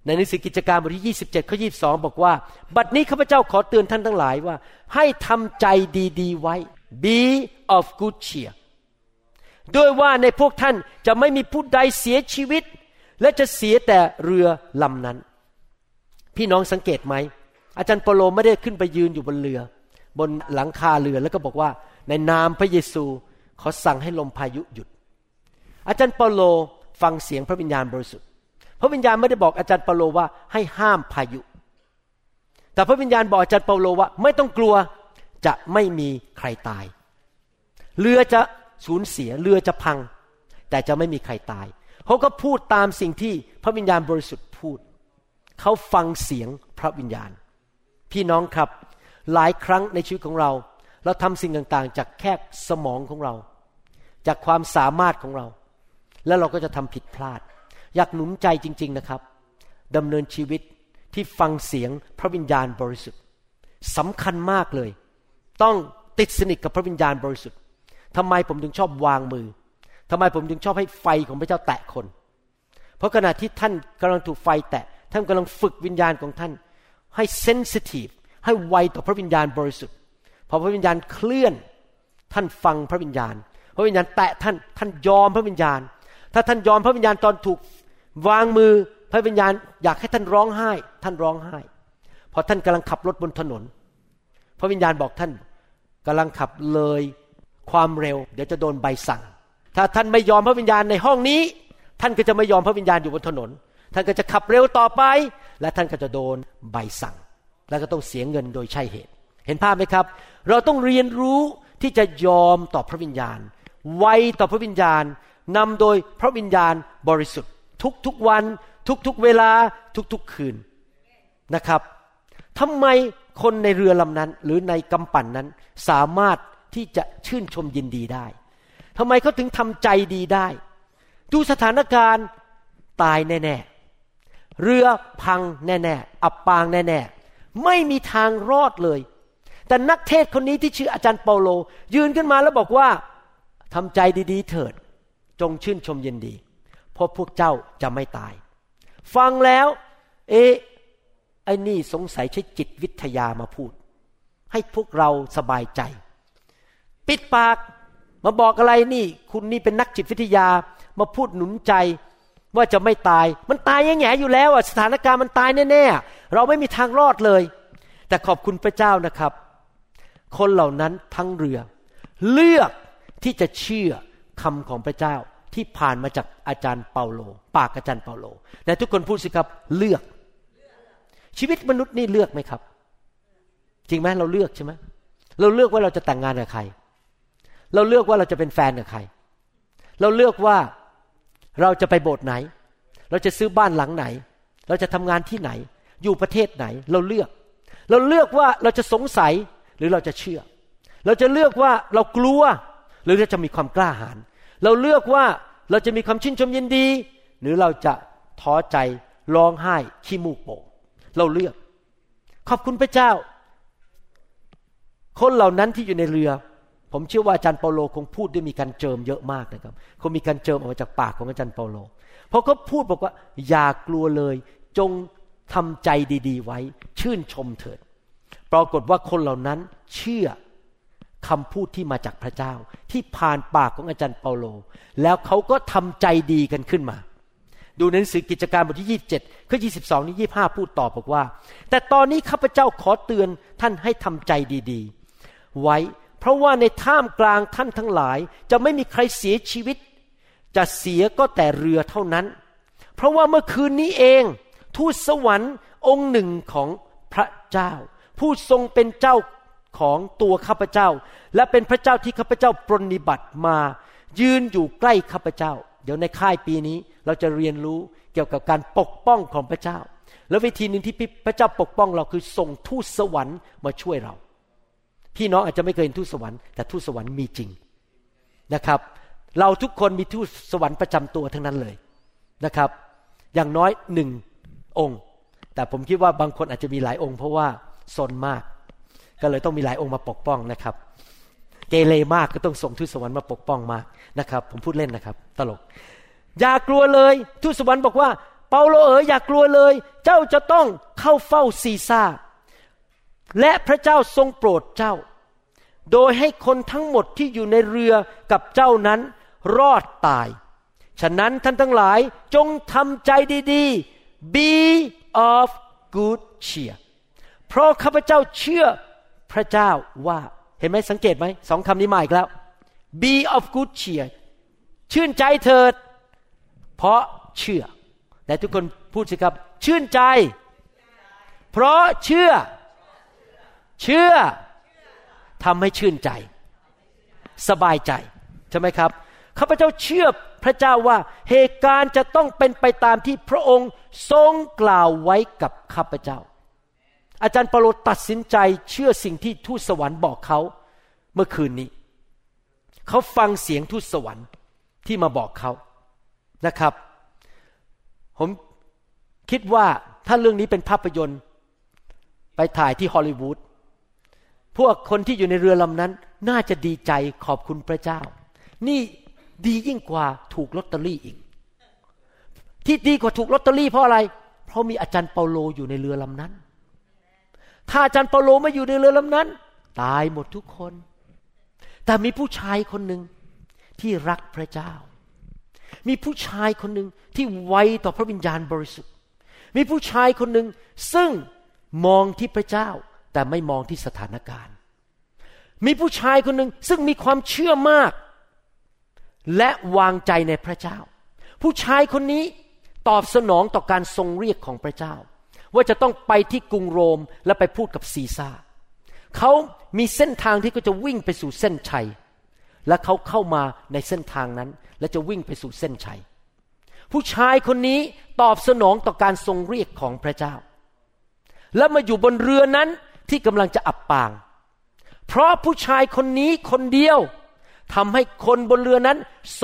ในหนังสือกิจการบทที่27ข้อ22บอกว่าบัดนี้ข้าพเจ้าขอเตือนท่านทั้งหลายว่าให้ทำใจดีๆไว้ be of good cheer ด้วยว่าในพวกท่านจะไม่มีผู้ใดเสียชีวิตและจะเสียแต่เรือลำนั้นพี่น้องสังเกตไหมอาจารย์เปาโลไม่ได้ขึ้นไปยืนอยู่บนเรือบนหลังคาเรือแล้วก็บอกว่าในนามพระเยซูขอสั่งให้ลมพายุหยุดอาจารย์เปาโลฟังเสียงพระวิญญาณบริสุทธิ์พระวิญญาณไม่ได้บอกอาจารย์เปาโลว่าให้ห้ามพายุแต่พระวิญญาณบอกอาจารย์เปาโลว่าไม่ต้องกลัวจะไม่มีใครตายเรือจะสูญเสียเรือจะพังแต่จะไม่มีใครตายเขาก็พูดตามสิ่งที่พระวิญญาณบริสุทธิ์พูดเขาฟังเสียงพระวิญญาณพี่น้องครับหลายครั้งในชีวิตของเราเราทำสิ่งต่างๆจากแค่สมองของเราจากความสามารถของเราแล้วเราก็จะทำผิดพลาดอยากหนุนใจจริงๆนะครับดำเนินชีวิตที่ฟังเสียงพระวิญญาณบริสุทธิ์สำคัญมากเลยต้องติดสนิทกับพระวิญญาณบริสุทธิ์ทำไมผมถึงชอบวางมือทำไมผมถึงชอบให้ไฟของพระเจ้าแตะคนเพราะขณะที่ท่านกำลังถูกไฟแตะท่านกำลังฝึกวิญญาณของท่านให้เซนซิทีฟให้ไวต่อพระวิญญาณบริสุทธิ์พอพระวิญญาณเคลื่อนท่านฟังพระวิญญาณพระวิญญาณแตะท่านยอมพระวิญญาณถ้าท่านยอมพระวิญญาณตอนถูกวางมือพระวิญญาณอยากให้ท่านร้องไห้ท่านร้องไห้พอท่านกำลังขับรถบนถนนพระวิญญาณบอกท่านกำลังขับเลยความเร็วเดี๋ยวจะโดนใบสั่งถ้าท่านไม่ยอมพระวิญญาณในห้องนี้ท่านก็จะไม่ยอมพระวิญญาณอยู่บนถนนท่านก็จะขับเร็วต่อไปและท่านก็จะโดนใบสั่งแล้วก็ต้องเสียเงินโดยใช่เหตุเห็นภาพไหมครับเราต้องเรียนรู้ที่จะยอมต่อพระวิญญาณไวต่อพระวิญญาณนำโดยพระวิญญาณบริสุทธิ์ทุกๆวันทุกๆเวลาทุกๆคืนนะครับทำไมคนในเรือลำนั้นหรือในกำปั่นนั้นสามารถที่จะชื่นชมยินดีได้ทำไมเขาถึงทำใจดีได้ดูสถานการณ์ตายแน่ๆเรือพังแน่ๆอับปางแน่ๆไม่มีทางรอดเลยแต่นักเทศคนนี้ที่ชื่ออาจารย์เปาโลยืนขึ้นมาแล้วบอกว่าทำใจดีๆเถิดจงชื่นชมยินดีเพราะพวกเจ้าจะไม่ตายฟังแล้วไอ้นี่สงสัยใช้จิตวิทยามาพูดให้พวกเราสบายใจปิดปากมาบอกอะไรนี่คุณนี่เป็นนักจิตวิทยามาพูดหนุนใจว่าจะไม่ตายมันตายแง่ๆอยู่แล้วสถานการณ์มันตายแน่ๆเราไม่มีทางรอดเลยแต่ขอบคุณพระเจ้านะครับคนเหล่านั้นทั้งเรือเลือกที่จะเชื่อคำของพระเจ้าที่ผ่านมาจากอาจารย์เปาโลปากอาจารย์เปาโลและทุกคนพูดสิครับเลือกชีวิตมนุษย์นี่เลือกไหมครับจริงไหมเราเลือกใช่ไหมเราเลือกว่าเราจะแต่งงานกับใครเราเลือกว่าเราจะเป็นแฟนกับใครเราเลือกว่าเราจะไปโบสถ์ไหนเราจะซื้อบ้านหลังไหนเราจะทำงานที่ไหนอยู่ประเทศไหนเราเลือกว่าเราจะสงสัยหรือเราจะเชื่อเราจะเลือกว่าเรากลัวหรือเราจะมีความกล้าหาญเราเลือกว่าเราจะมีความชื่นชมยินดีหรือเราจะท้อใจร้องไห้ขี้มูกโป่งเราเลือกขอบคุณพระเจ้าคนเหล่านั้นที่อยู่ในเรือผมเชื่อว่าอาจารย์เปาโลคงพูดด้วยมีการเจิมเยอะมากนะครับคงมีการเจิมออกมาจากปากของอาจารย์เปาโลเพราะเขาพูดบอกว่าอย่ากลัวเลยจงทำใจดีๆไว้ชื่นชมเถิดปรากฏว่าคนเหล่านั้นเชื่อคำพูดที่มาจากพระเจ้าที่ผ่านปากของอาจารย์เปาโลแล้วเขาก็ทำใจดีกันขึ้นมาดูในหนังสือกิจการบทที่27ข้อ22นี่25พูดต่อบอกว่าแต่ตอนนี้ข้าพเจ้าขอเตือนท่านให้ทำใจดีๆไว้เพราะว่าในท่ามกลางท่านทั้งหลายจะไม่มีใครเสียชีวิตจะเสียก็แต่เรือเท่านั้นเพราะว่าเมื่อคืนนี้เองทูตสวรรค์องค์หนึ่งของพระเจ้าผู้ทรงเป็นเจ้าของตัวข้าพเจ้าและเป็นพระเจ้าที่ข้าพเจ้าปรนนิบัติมายืนอยู่ใกล้ข้าพเจ้าเดี๋ยวในค่ายปีนี้เราจะเรียนรู้เกี่ยวกับการปกป้องของพระเจ้าแล้ววิธีหนึ่งที่พระเจ้าปกป้องเราคือส่งทูตสวรรค์มาช่วยเราพี่น้องอาจจะไม่เคยเห็นทูตสวรรค์แต่ทูตสวรรค์มีจริงนะครับเราทุกคนมีทูตสวรรค์ประจำตัวทั้งนั้นเลยนะครับอย่างน้อย1องค์แต่ผมคิดว่าบางคนอาจจะมีหลายองค์เพราะว่าซนมากก็เลยต้องมีหลายองค์มาปกป้องนะครับเกเรมากก็ต้องส่งทูตสวรรค์มาปกป้องมากนะครับผมพูดเล่นนะครับตลกอย่ากลัวเลยทูตสวรรค์บอกว่าไปาโลอย่ากลัวเลยเจ้าจะต้องเข้าเฝ้าซีซ่าและพระเจ้าทรงโปรดเจ้าโดยให้คนทั้งหมดที่อยู่ในเรือกับเจ้านั้นรอดตายฉะนั้นท่านทั้งหลายจงทำใจดีๆ Be of good cheer เพราะข้าพเจ้าเชื่อพระเจ้าว่าเห็นไหมสังเกตไหมสองคำนี้มาอีกแล้ว Be of good cheer ชื่นใจเถิดเพราะเชื่อแต่ทุกคนพูดสิครับชื่นใจเพราะเชื่อทำให้ชื่นใจสบายใจใช่ไหมครับข้าพเจ้าเชื่อพระเจ้าว่าเหตุการณ์จะต้องเป็นไปตามที่พระองค์ทรงกล่าวไว้กับข้าพเจ้าอาจารย์เปาโลตัดสินใจเชื่อสิ่งที่ทูตสวรรค์บอกเขาเมื่อคืนนี้เขาฟังเสียงทูตสวรรค์ที่มาบอกเขานะครับผมคิดว่าถ้าเรื่องนี้เป็นภาพยนตร์ไปถ่ายที่ฮอลลีวูดพวกคนที่อยู่ในเรือลำนั้นน่าจะดีใจขอบคุณพระเจ้านี่ดียิ่งกว่าถูกลอตเตอรี่อีกที่ดีกว่าถูกลอตเตอรี่เพราะอะไรเพราะมีอาจารย์เปาโลอยู่ในเรือลำนั้นถ้าอาจารย์เปาโลไม่อยู่ในเรือลำนั้นตายหมดทุกคนแต่มีผู้ชายคนหนึ่งที่รักพระเจ้ามีผู้ชายคนหนึ่งที่ไวต่อพระวิญญาณบริสุทธิ์มีผู้ชายคนหนึ่งซึ่งมองที่พระเจ้าแต่ไม่มองที่สถานการณ์มีผู้ชายคนหนึ่งซึ่งมีความเชื่อมากและวางใจในพระเจ้าผู้ชายคนนี้ตอบสนองต่อการทรงเรียกของพระเจ้าว่าจะต้องไปที่กรุงโรมและไปพูดกับซีซ่าเขามีเส้นทางที่เขาจะวิ่งไปสู่เส้นชัยและเขาเข้ามาในเส้นทางนั้นและจะวิ่งไปสู่เส้นชัยผู้ชายคนนี้ตอบสนองต่อการทรงเรียกของพระเจ้าและมาอยู่บนเรือนั้นที่กำลังจะอับปางเพราะผู้ชายคนนี้คนเดียวทำให้คนบนเรือนั้น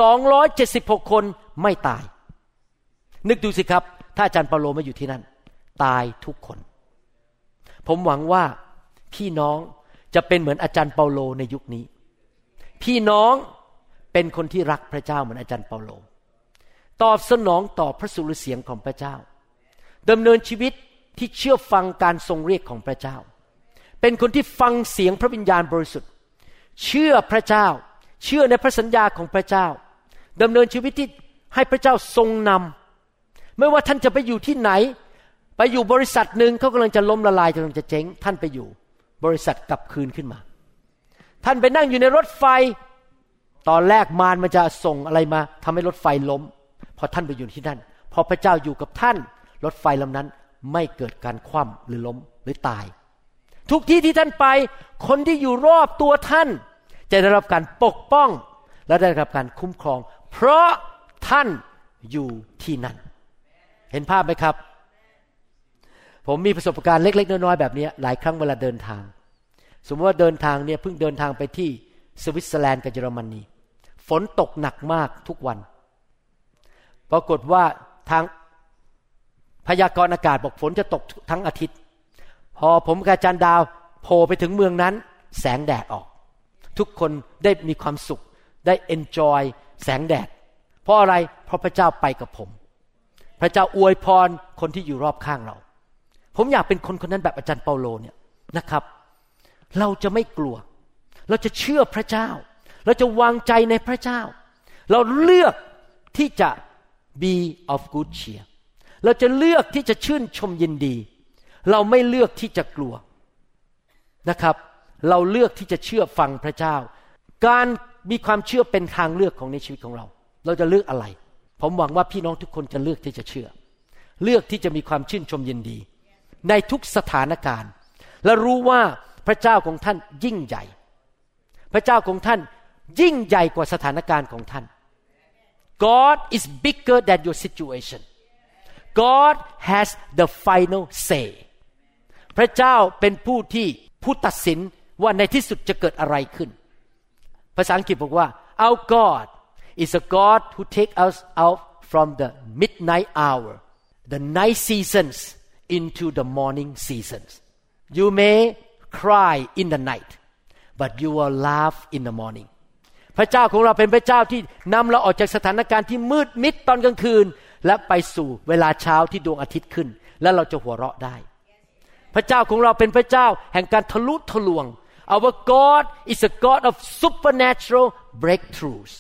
276คนไม่ตายนึกดูสิครับถ้าอาจารย์เปาโลไม่อยู่ที่นั่นตายทุกคนผมหวังว่าพี่น้องจะเป็นเหมือนอาจารย์เปาโลในยุคนี้พี่น้องเป็นคนที่รักพระเจ้าเหมือนอาจารย์เปาโลตอบสนองต่อพระสุรเสียงของพระเจ้าดำเนินชีวิตที่เชื่อฟังการทรงเรียกของพระเจ้าเป็นคนที่ฟังเสียงพระวิญญาณบริสุทธิ์เชื่อพระเจ้าเชื่อในพระสัญญาของพระเจ้าดำเนินชีวิตที่ให้พระเจ้าทรงนำไม่ว่าท่านจะไปอยู่ที่ไหนไปอยู่บริษัทหนึ่งเขากำลังจะล้มละลายกำลังจะเจ๊งท่านไปอยู่บริษัทกลับคืนขึ้นมาท่านไปนั่งอยู่ในรถไฟตอนแรกมารมันจะส่งอะไรมาทำให้รถไฟล้มพอท่านไปอยู่ที่นั่นพอพระเจ้าอยู่กับท่านรถไฟลำนั้นไม่เกิดการคว่ำหรือล้มหรือตายทุกที่ที่ท่านไปคนที่อยู่รอบตัวท่านจะได้รับการปกป้องและได้รับการคุ้มครองเพราะท่านอยู่ที่นั่นเห็นภาพไหมครับผมมีประสบการณ์เล็กๆน้อยๆแบบนี้หลายครั้งเวลาเดินทางสมมติว่าเดินทางเนี่ยเพิ่งเดินทางไปที่สวิตเซอร์แลนด์กับเยอรมนีฝนตกหนักมากทุกวันปรากฏว่าทางพยากรณ์อากาศบอกฝนจะตกทั้งอาทิตย์พอผมกับอาจารย์ดาวโผล่ไปถึงเมืองนั้นแสงแดดออกทุกคนได้มีความสุขได้เอนจอยแสงแดดเพราะอะไรเพราะพระเจ้าไปกับผมพระเจ้าอวยพรคนที่อยู่รอบข้างเราผมอยากเป็นคนคนนั้นแบบอาจารย์เปาโลเนี่ยนะครับเราจะไม่กลัวเราจะเชื่อพระเจ้าเราจะวางใจในพระเจ้าเราเลือกที่จะ be of good cheer เราจะเลือกที่จะชื่นชมยินดีเราไม่เลือกที่จะกลัวนะครับเราเลือกที่จะเชื่อฟังพระเจ้าการมีความเชื่อเป็นทางเลือกของในชีวิตของเราเราจะเลือกอะไรผมหวังว่าพี่น้องทุกคนจะเลือกที่จะเชื่อเลือกที่จะมีความชื่นชมยินดีในทุกสถานการณ์และรู้ว่าพระเจ้าของท่านยิ่งใหญ่พระเจ้าของท่านยิ่งใหญ่กว่าสถานการณ์ของท่าน God is bigger than your situation God has the final say พระเจ้าเป็นผู้ตัดสินว่าในที่สุดจะเกิดอะไรขึ้นภาษาอังกฤษบอกว่า Our God is a God who take us out from the midnight hour the night seasons into the morning seasons you may cry in the night but you will laugh in the morning พระเจ้าของเราเป็นพระเจ้าที่นำเราออกจากสถานการณ์ที่มืดมิดตอนกลางคืนและไปสู่เวลาเช้าที่ดวงอาทิตย์ขึ้นและเราจะหัวเราะได้พระเจ้าของเราเป็นพระเจ้าแห่งการทะลุทะลวง Our God is a God of supernatural breakthroughs.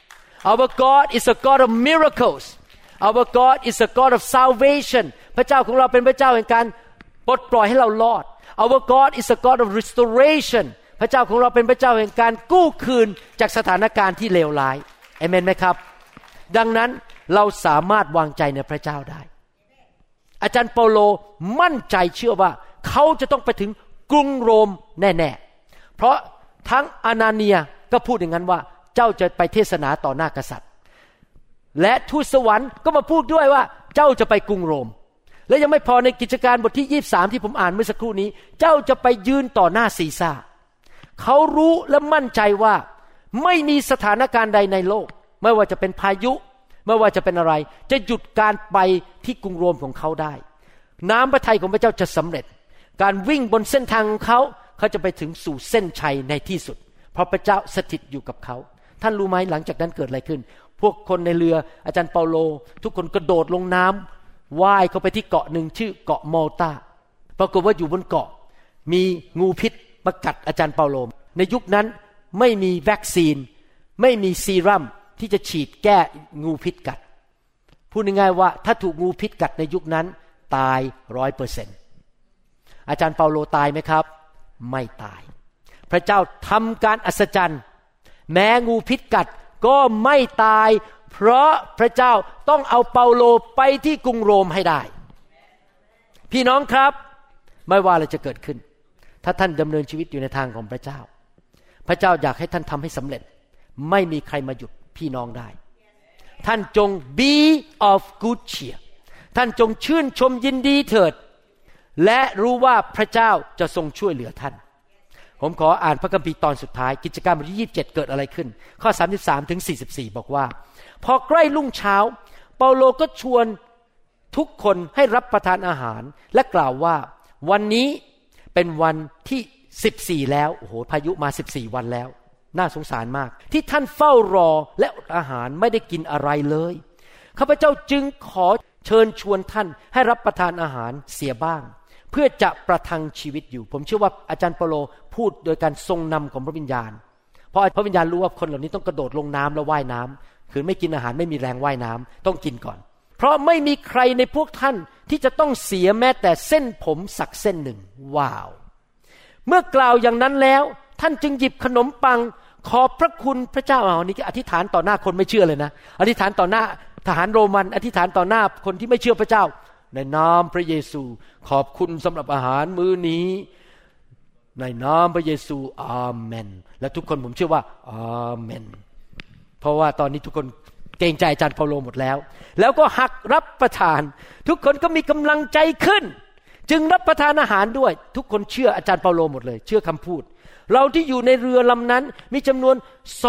Our God is a God of miracles. Our God is a God of salvation. พระเจ้าของเราเป็นพระเจ้าแห่งการปลดปล่อยให้เรารอด Our God is a God of restoration. พระเจ้าของเราเป็นพระเจ้าแห่งการกู้คืนจากสถานการณ์ที่เลวร้ายอาเมนไหมครับดังนั้นเราสามารถวางใจในพระเจ้าได้อาจารย์เปาโลมั่นใจเชื่อว่าเขาจะต้องไปถึงกรุงโรมแน่ๆเพราะทั้งอานาเนียก็พูดอย่างนั้นว่าเจ้าจะไปเทศนาต่อหน้ากษัตริย์และทูตสวรรค์ก็มาพูดด้วยว่าเจ้าจะไปกรุงโรมและยังไม่พอในกิจการบทที่23ที่ผมอ่านเมื่อสักครู่นี้เจ้าจะไปยืนต่อหน้าซีซ่าเขารู้และมั่นใจว่าไม่มีสถานการณ์ใดในโลกไม่ว่าจะเป็นพายุไม่ว่าจะเป็นอะไรจะหยุดการไปที่กรุงโรมของเขาได้น้ำพระทัยของพระเจ้าจะสำเร็จการวิ่งบนเส้นทางของเขาจะไปถึงสู่เส้นชัยในที่สุดเพราะพระเจ้าสถิตอยู่กับเขาท่านรู้ไหมหลังจากนั้นเกิดอะไรขึ้นพวกคนในเรืออาจารย์เปาโลทุกคนกระโดดลงน้ำว่ายเข้าไปที่เกาะหนึ่งชื่อเกาะมัลตาปรากฏว่าอยู่บนเกาะมีงูพิษมากัดอาจารย์เปาโลในยุคนั้นไม่มีวัคซีนไม่มีซีรั่มที่จะฉีดแก้งูพิษกัดพูดง่ายๆว่าถ้าถูกงูพิษกัดในยุคนั้นตาย 100% อาจารย์เปาโลตายไหมครับไม่ตายพระเจ้าทำการอัศจรรย์แม้งูพิษกัดก็ไม่ตายเพราะพระเจ้าต้องเอาเปาโลไปที่กรุงโรมให้ได้พี่น้องครับไม่ว่าอะไรจะเกิดขึ้นถ้าท่านดำเนินชีวิตอยู่ในทางของพระเจ้าพระเจ้าอยากให้ท่านทำให้สำเร็จไม่มีใครมาหยุดพี่น้องได้ท่านจง be of good cheer ท่านจงชื่นชมยินดีเถิดและรู้ว่าพระเจ้าจะทรงช่วยเหลือท่านผมขออ่านพระคัมภีร์ตอนสุดท้ายกิจการบทที่27เกิดอะไรขึ้นข้อ33ถึง44บอกว่าพอใกล้รุ่งเช้าเปาโลก็ชวนทุกคนให้รับประทานอาหารและกล่าวว่าวันนี้เป็นวันที่14แล้วโอ้โหพายุมา14วันแล้วน่าสงสารมากที่ท่านเฝ้ารอและอาหารไม่ได้กินอะไรเลยข้าพเจ้าจึงขอเชิญชวนท่านให้รับประทานอาหารเสียบ้างเพื่อจะประทังชีวิตอยู่ผมเชื่อว่าอาจารย์เปาโลพูดโดยการทรงนำของพระวิญญาณเพราะพระวิญญาณรู้ว่าคนเหล่านี้ต้องกระโดดลงน้ำแล้วว่ายน้ำคือไม่กินอาหารไม่มีแรงว่ายน้ำต้องกินก่อนเพราะไม่มีใครในพวกท่านที่จะต้องเสียแม้แต่เส้นผมสักเส้นหนึ่งว้าวเมื่อกล่าวอย่างนั้นแล้วท่านจึงหยิบขนมปังขอบพระคุณพระเจ้านี่ก็อธิษฐานต่อหน้าคนไม่เชื่อเลยนะอธิษฐานต่อหน้าทหารโรมันอธิษฐานต่อหน้าคนที่ไม่เชื่อพระเจ้าในนามพระเยซูขอบคุณสำหรับอาหารมื้อนี้ในนามพระเยซูอาเมนและทุกคนผมเชื่อว่าอาเมนเพราะว่าตอนนี้ทุกคนเกรงใจอาจารย์เปาโลหมดแล้วก็หักรับประทานทุกคนก็มีกำลังใจขึ้นจึงรับประทานอาหารด้วยทุกคนเชื่ออาจารย์เปาโลหมดเลยเชื่อคำพูดเราที่อยู่ในเรือลำนั้นมีจำนวน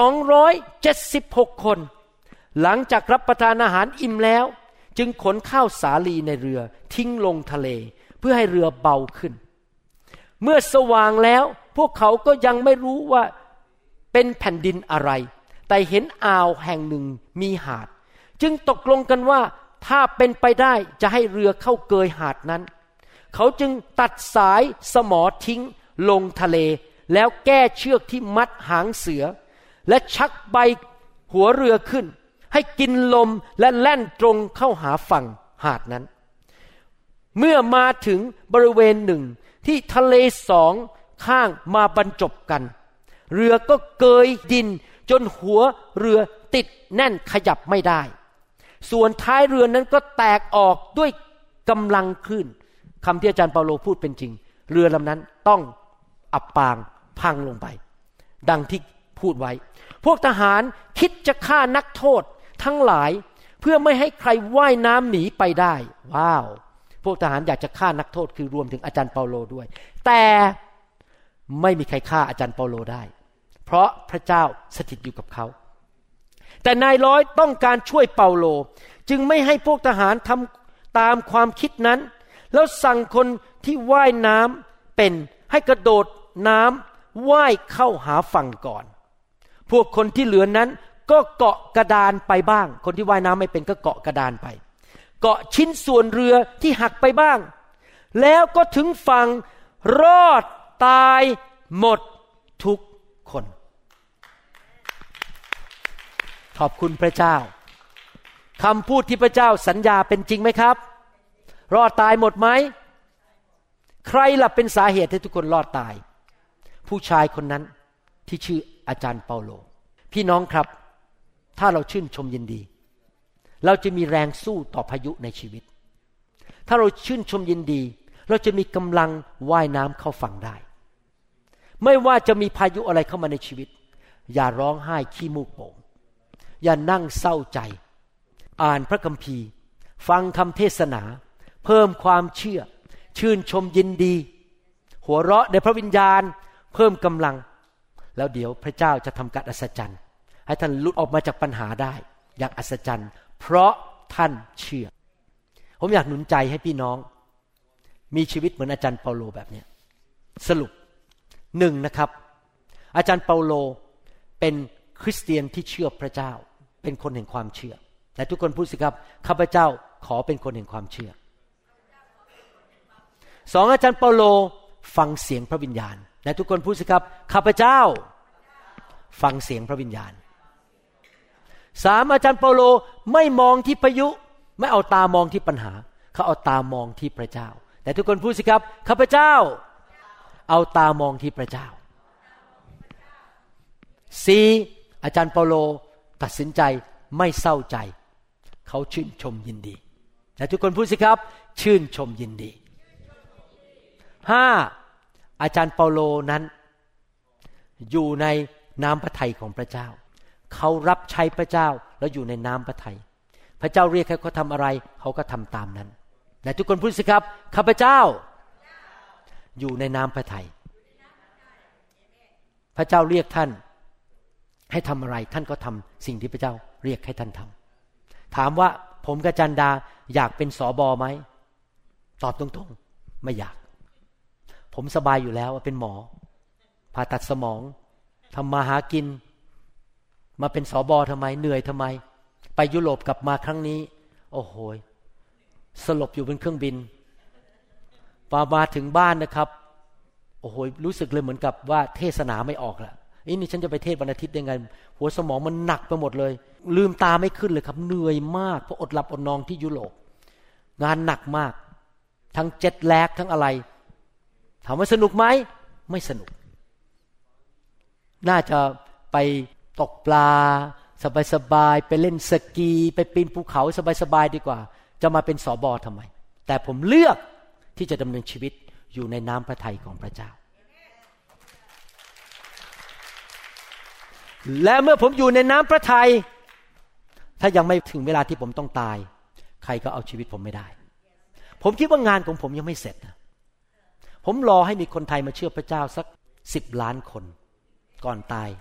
276คนหลังจากรับประทานอาหารอิ่มแล้วจึงขนข้าวสาลีในเรือทิ้งลงทะเลเพื่อให้เรือเบาขึ้นเมื่อสว่างแล้วพวกเขาก็ยังไม่รู้ว่าเป็นแผ่นดินอะไรแต่เห็นอ่าวแห่งหนึ่งมีหาดจึงตกลงกันว่าถ้าเป็นไปได้จะให้เรือเข้าเกยหาดนั้นเขาจึงตัดสายสมอทิ้งลงทะเลแล้วแก้เชือกที่มัดหางเสือและชักใบหัวเรือขึ้นให้กินลมและแล่นตรงเข้าหาฝั่งหาดนั้นเมื่อมาถึงบริเวณหนึ่งที่ทะเลสองข้างมาบรรจบกันเรือก็เกยดินจนหัวเรือติดแน่นขยับไม่ได้ส่วนท้ายเรือนั้นก็แตกออกด้วยกำลังคลื่นคำที่อาจารย์เปาโลพูดเป็นจริงเรือลำนั้นต้องอับปางพังลงไปดังที่พูดไว้พวกทหารคิดจะฆ่านักโทษทั้งหลายเพื่อไม่ให้ใครว่ายน้ำหนีไปได้ว้าวพวกทหารอยากจะฆ่านักโทษคือรวมถึงอาจารย์เปาโลด้วยแต่ไม่มีใครฆ่าอาจารย์เปาโลได้เพราะพระเจ้าสถิตอยู่กับเขาแต่นายร้อยต้องการช่วยเปาโลจึงไม่ให้พวกทหารทำตามความคิดนั้นแล้วสั่งคนที่ว่ายน้ำเป็นให้กระโดดน้ำว่ายเข้าหาฝั่งก่อนพวกคนที่เหลือนั้นก็เกาะกระดานไปบ้างคนที่ว่ายน้ำไม่เป็นก็เกาะกระดานไปเกาะชิ้นส่วนเรือที่หักไปบ้างแล้วก็ถึงฝั่งรอดตายหมดทุกคนขอบคุณพระเจ้าคำพูดที่พระเจ้าสัญญาเป็นจริงไหมครับรอดตายหมดไหมใครล่ะเป็นสาเหตุให้ทุกคนรอดตายผู้ชายคนนั้นที่ชื่ออาจารย์เปาโลพี่น้องครับถ้าเราชื่นชมยินดีเราจะมีแรงสู้ต่อพายุในชีวิตถ้าเราชื่นชมยินดีเราจะมีกำลังว่ายน้ำเข้าฝั่งได้ไม่ว่าจะมีพายุอะไรเข้ามาในชีวิตอย่าร้องไห้ขี้มูกโป่งอย่านั่งเศร้าใจอ่านพระคัมภีร์ฟังคำเทศนาเพิ่มความเชื่อชื่นชมยินดีหัวเราะในพระวิญญาณเพิ่มกำลังแล้วเดี๋ยวพระเจ้าจะทำการอัศจรรย์ให้ท่านหลุดออกมาจากปัญหาได้อย่างอัศจรรย์เพราะท่านเชื่อผมอยากหนุนใจให้พี่น้องมีชีวิตเหมือนอาจารย์เปาโลแบบนี้สรุป1นะครับอาจารย์เปาโลเป็นคริสเตียนที่เชื่อพระเจ้าเป็นคนแห่งความเชื่อแต่ทุกคนพูดสิครับข้าพเจ้าขอเป็นคนแห่งความเชื่อ2อาจารย์เปาโลฟังเสียงพระวิญญาณและทุกคนพูดสิครับข้าพเจ้าฟังเสียงพระวิญญาณ3อาจารย์เปาโลไม่มองที่พายุไม่เอาตามองที่ปัญหาเขาเอาตามองที่พระเจ้าแต่ทุกคนพูดสิครับข้าพเจ้าเอาตามองที่พระเจ้า4อาจารย์เปาโลตัดสินใจไม่เศร้าใจเขาชื่นชมยินดีแต่ทุกคนพูดสิครับชื่นชมยินดี5อาจารย์เปาโลนั้นอยู่ในน้ำพระทัยของพระเจ้าเขารับใช้พระเจ้าแล้วอยู่ในน้ำพระทัยพระเจ้าเรียกให้เขาทำอะไรเขาก็ทำตามนั้นแต่ทุกคนพูดสิครับข้าพเจ้าอยู่ในน้ำพระทัยพระเจ้าเรียกท่านให้ทำอะไรท่านก็ทำสิ่งที่พระเจ้าเรียกให้ท่านทำถามว่าผมกับจันดาอยากเป็นสบไหมตอบตรงๆไม่อยากผมสบายอยู่แล้วเป็นหมอผ่าตัดสมองทำมาหากินมาเป็นสบทำไมเหนื่อยทำไมไปยุโรปกลับมาครั้งนี้โอ้โหสลบอยู่บนเครื่องบินมาถึงบ้านนะครับโอ้โหรู้สึกเลยเหมือนกับว่าเทศนาไม่ออกละนี่ฉันจะไปเทศวันอาทิตย์ได้ไงหัวสมองมันหนักไปหมดเลยลืมตาไม่ขึ้นเลยครับเหนื่อยมากเพราะอดหลับอดนอนที่ยุโรปงานหนักมากทั้งเจ็ตแลกทั้งอะไรถามว่าสนุกไหมไม่สนุกน่าจะไปตกปลาสบายๆไปเล่นสกีไปปีนภูเขาสบายๆดีกว่าจะมาเป็นสบทำไมแต่ผมเลือกที่จะดำเนินชีวิตอยู่ในน้ำพระทัยของพระเจ้าและเมื่อผมอยู่ในน้ำพระทัยถ้ายังไม่ถึงเวลาที่ผมต้องตายใครก็เอาชีวิตผมไม่ได้ผมคิดว่างานของผมยังไม่เสร็จผมรอให้มีคนไทยมาเชื่อพระเจ้าสัก10 ล้านคนก่อนตาย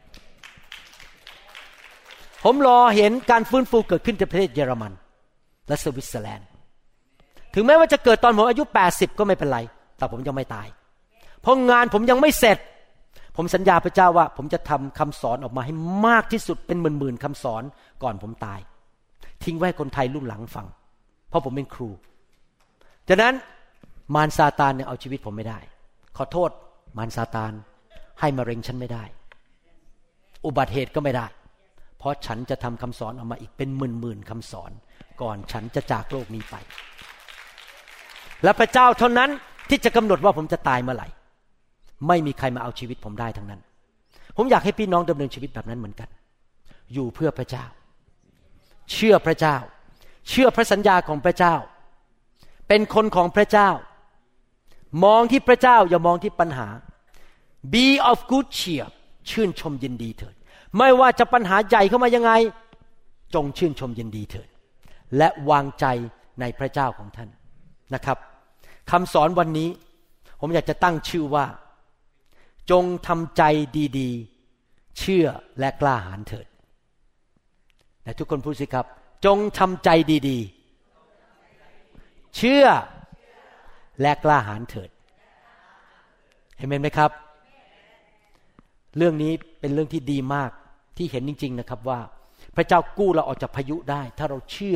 ผมรอเห็นการฟื้นฟูเกิดขึ้นในประเทศเยอรมันและสวิตเซอร์แลนด์ถึงแม้ว่าจะเกิดตอนผมอายุ80ก็ไม่เป็นไรแต่ผมยังไม่ตายเพราะงานผมยังไม่เสร็จผมสัญญาพระเจ้าว่าผมจะทำคำสอนออกมาให้มากที่สุดเป็นหมื่นๆคำสอนก่อนผมตายทิ้งไว้ให้คนไทยรุ่นหลังฟังเพราะผมเป็นครูฉะนั้นมารซาตานเนี่ยเอาชีวิตผมไม่ได้ขอโทษมารซาตานให้มะเร็งฉันไม่ได้อุบัติเหตุก็ไม่ได้เพราะฉันจะทำคำสอนออกมาอีกเป็นหมื่นๆคำสอนก่อนฉันจะจากโลกนี้ไปและพระเจ้าเท่านั้นที่จะกำหนดว่าผมจะตายเมื่อไหร่ไม่มีใครมาเอาชีวิตผมได้ทั้งนั้นผมอยากให้พี่น้องดำเนินชีวิตแบบนั้นเหมือนกันอยู่เพื่อพระเจ้าเชื่อพระเจ้าเชื่อพระสัญญาของพระเจ้าเป็นคนของพระเจ้ามองที่พระเจ้าอย่ามองที่ปัญหา Be of good cheer ชื่นชมยินดีเถิดไม่ว่าจะปัญหาใหญ่เข้ามายังไงจงชื่นชมยินดีเถิดและวางใจในพระเจ้าของท่านนะครับคำสอนวันนี้ผมอยากจะตั้งชื่อว่าจงทำใจดีๆเชื่อและกล้าหาญเถิดและทุกคนพูดสิครับจงทำใจดีๆเชื่อและกล้าหาญเถิดเห็นไหมครับเรื่องนี้เป็นเรื่องที่ดีมากที่เห็นจริงๆนะครับว่าพระเจ้ากู้เราออกจากพายุได้ถ้าเราเชื่อ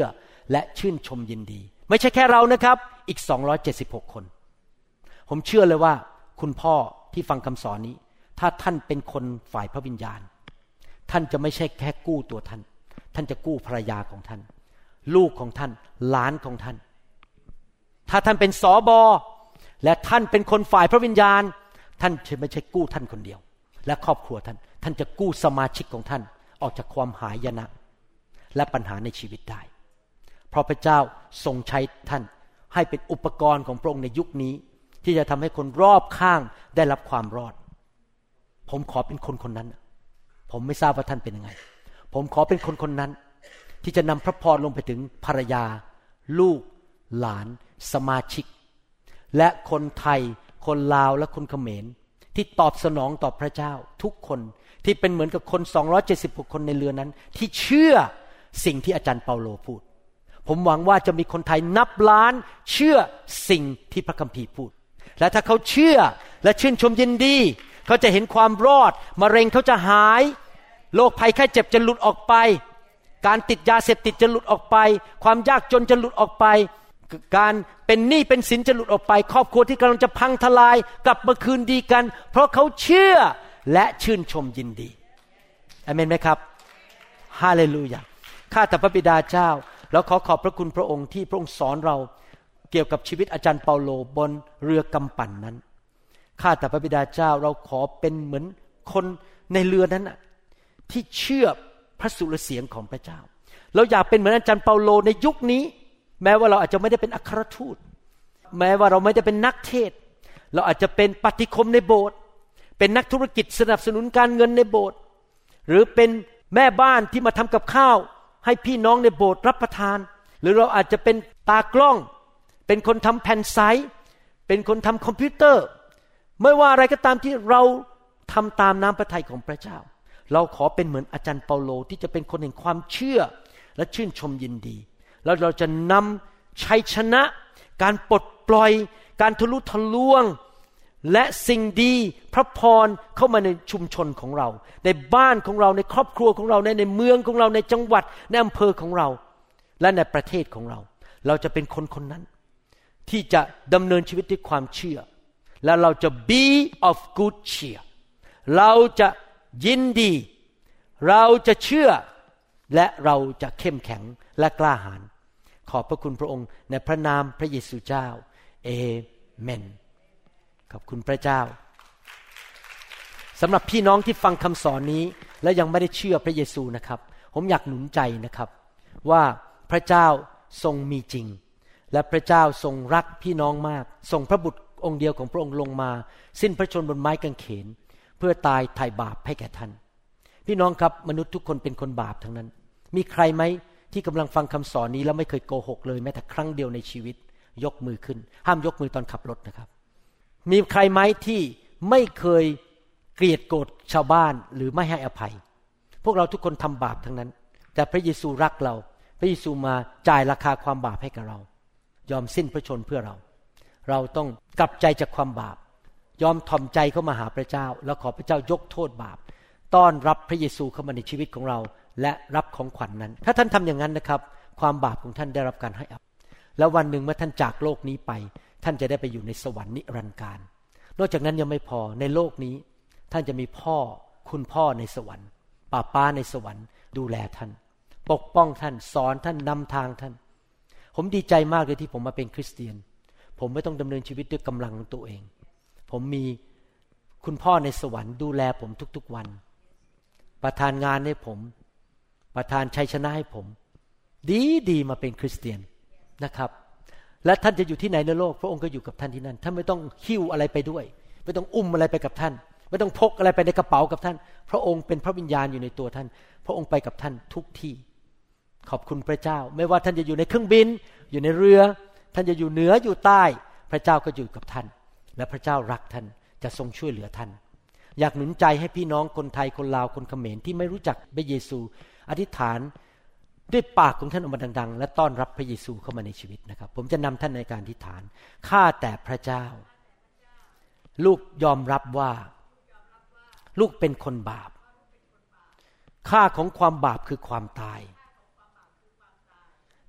และชื่นชมยินดีไม่ใช่แค่เรานะครับอีก276คนผมเชื่อเลยว่าคุณพ่อที่ฟังคำสอนนี้ถ้าท่านเป็นคนฝ่ายพระวิญญาณท่านจะไม่ใช่แค่กู้ตัวท่านท่านจะกู้ภรรยาของท่านลูกของท่านหลานของท่านถ้าท่านเป็นสบและท่านเป็นคนฝ่ายพระวิญญาณท่านจะไม่ใช่กู้ท่านคนเดียวและครอบครัวท่านจะกู้สมาชิกของท่านออกจากความหายนะและปัญหาในชีวิตได้เพราะพระเจ้าทรงใช้ท่านให้เป็นอุปกรณ์ของพระองค์ในยุคนี้ที่จะทำให้คนรอบข้างได้รับความรอดผมขอเป็นคนคนนั้นผมไม่ทราบว่าท่านเป็นยังไงผมขอเป็นคนคนนั้นที่จะนำพระพรลงไปถึงภรรยาลูกหลานสมาชิกและคนไทยคนลาวและคนเขมรที่ตอบสนองต่อพระเจ้าทุกคนที่เป็นเหมือนกับคน276คนในเรือนั้นที่เชื่อสิ่งที่อาจารย์เปาโลพูดผมหวังว่าจะมีคนไทยนับล้านเชื่อสิ่งที่พระคัมภีร์พูดและถ้าเขาเชื่อและชื่นชมยินดีเขาจะเห็นความรอดมะเร็งเขาจะหายโรคภัยไข้เจ็บจะหลุดออกไปการติดยาเสพติดจะหลุดออกไปความยากจนจะหลุดออกไปการเป็นหนี้เป็นสินจะหลุดออกไปครอบครัวที่กำลังจะพังทลายกลับมาคืนดีกันเพราะเขาเชื่อและชื่นชมยินดีอาเมนไหมครับฮาเลลูยาข้าแต่พระบิดาเจ้าเราขอขอบพระคุณพระองค์ที่พระองค์สอนเราเกี่ยวกับชีวิตอาจารย์เปาโลบนเรือกำปั่นนั้นข้าแต่พระบิดาเจ้าเราขอเป็นเหมือนคนในเรือนั้นที่เชื่อพระสุรเสียงของพระเจ้าเราอยากเป็นเหมือนอาจารย์เปาโลในยุคนี้แม้ว่าเราอาจจะไม่ได้เป็นอัครทูตแม้ว่าเราไม่ได้เป็นนักเทศน์เราอาจจะเป็นปฏิคมในโบสถ์เป็นนักธุรกิจสนับสนุนการเงินในโบสถ์หรือเป็นแม่บ้านที่มาทำกับข้าวให้พี่น้องในโบสถ์รับประทานหรือเราอาจจะเป็นตากล้องเป็นคนทำแผ่นไซต์เป็นคนทำคอมพิวเตอร์ไม่ว่าอะไรก็ตามที่เราทำตามน้ำพระทัยของพระเจ้าเราขอเป็นเหมือนอาจารย์เปาโลที่จะเป็นคนแห่งความเชื่อและชื่นชมยินดีแล้วเราจะนำชัยชนะการปลดปล่อยการทะลุทะลวงและสิ่งดีพระพรเข้ามาในชุมชนของเราในบ้านของเราในครอบครัวของเราในเมืองของเราในจังหวัดในอำเภอของเราและในประเทศของเราเราจะเป็นคนคนนั้นที่จะดำเนินชีวิตด้วยความเชื่อและเราจะ be of good cheer เราจะยินดีเราจะเชื่อและเราจะเข้มแข็งและกล้าหาญขอบพระคุณพระองค์ในพระนามพระเยซูเจ้าเอเมนขอบคุณพระเจ้าสำหรับพี่น้องที่ฟังคำสอนนี้และยังไม่ได้เชื่อพระเยซูนะครับผมอยากหนุนใจนะครับว่าพระเจ้าทรงมีจริงและพระเจ้าทรงรักพี่น้องมากส่งพระบุตรองค์เดียวของพระองค์ลงมาสิ้นพระชนม์บนไม้กางเขนเพื่อตายไถ่บาปให้แก่ท่านพี่น้องครับมนุษย์ทุกคนเป็นคนบาปทั้งนั้นมีใครไหมที่กำลังฟังคำสอนนี้แล้วไม่เคยโกหกเลยแม้แต่ครั้งเดียวในชีวิตยกมือขึ้นห้ามยกมือตอนขับรถนะครับมีใครไหมที่ไม่เคยเกลียดโกรธชาวบ้านหรือไม่ให้อภัยพวกเราทุกคนทำบาปทั้งนั้นแต่พระเยซูรักเราพระเยซูมาจ่ายราคาความบาปให้กับเรายอมสิ้นพระชนม์เพื่อเราต้องกลับใจจากความบาปยอมถ่อมใจเข้ามาหาพระเจ้าแล้วขอพระเจ้ายกโทษบาปต้อนรับพระเยซูเข้ามาในชีวิตของเราและรับของขวัญ นั้นถ้าท่านทำอย่างนั้นนะครับความบาปของท่านได้รับการให้อภัยแล้ววันหนึ่งเมื่อท่านจากโลกนี้ไปท่านจะได้ไปอยู่ในสวรรค์นิรันดร์กาลนอกจากนั้นยังไม่พอในโลกนี้ท่านจะมีคุณพ่อในสวรรค์ป้าในสวรรค์ดูแลท่านปกป้องท่านสอนท่านนำทางท่านผมดีใจมากเลยที่ผมมาเป็นคริสเตียนผมไม่ต้องดำเนินชีวิตด้วยกำลังของตัวเองผมมีคุณพ่อในสวรรค์ดูแลผมทุกๆวันประทานงานให้ผมประทานชัยชนะให้ผมดีมาเป็นคริสเตียนนะครับและท่านจะอยู่ที่ไหนในโลกพระองค์ก็อยู่กับท่านที่นั่นท่านไม่ต้องหิ้วอะไรไปด้วยไม่ต้องอุ้มอะไรไปกับท่านไม่ต้องพกอะไรไปในกระเป๋ากับท่านพระองค์เป็นพระวิญญาณอยู่ในตัวท่านพระองค์ไปกับท่านทุกที่ขอบคุณพระเจ้าไม่ว่าท่านจะอยู่ในเครื่องบินอยู่ในเรือท่านจะอยู่เหนืออยู่ใต้พระเจ้าก็อยู่กับท่านและพระเจ้ารักท่านจะทรงช่วยเหลือท่านอยากหนุนใจให้พี่น้องคนไทยคนลาวคนเขมรที่ไม่รู้จักพระเยซูอธิษฐานด้วยปากของท่านออกมาดังๆและต้อนรับพระเยซูเข้ามาในชีวิตนะครับผมจะนำท่านในการอธิษฐานข้าแต่พระเจ้าลูกยอมรับว่าลูกเป็นคนบาปค่าของความบาปคือความตาย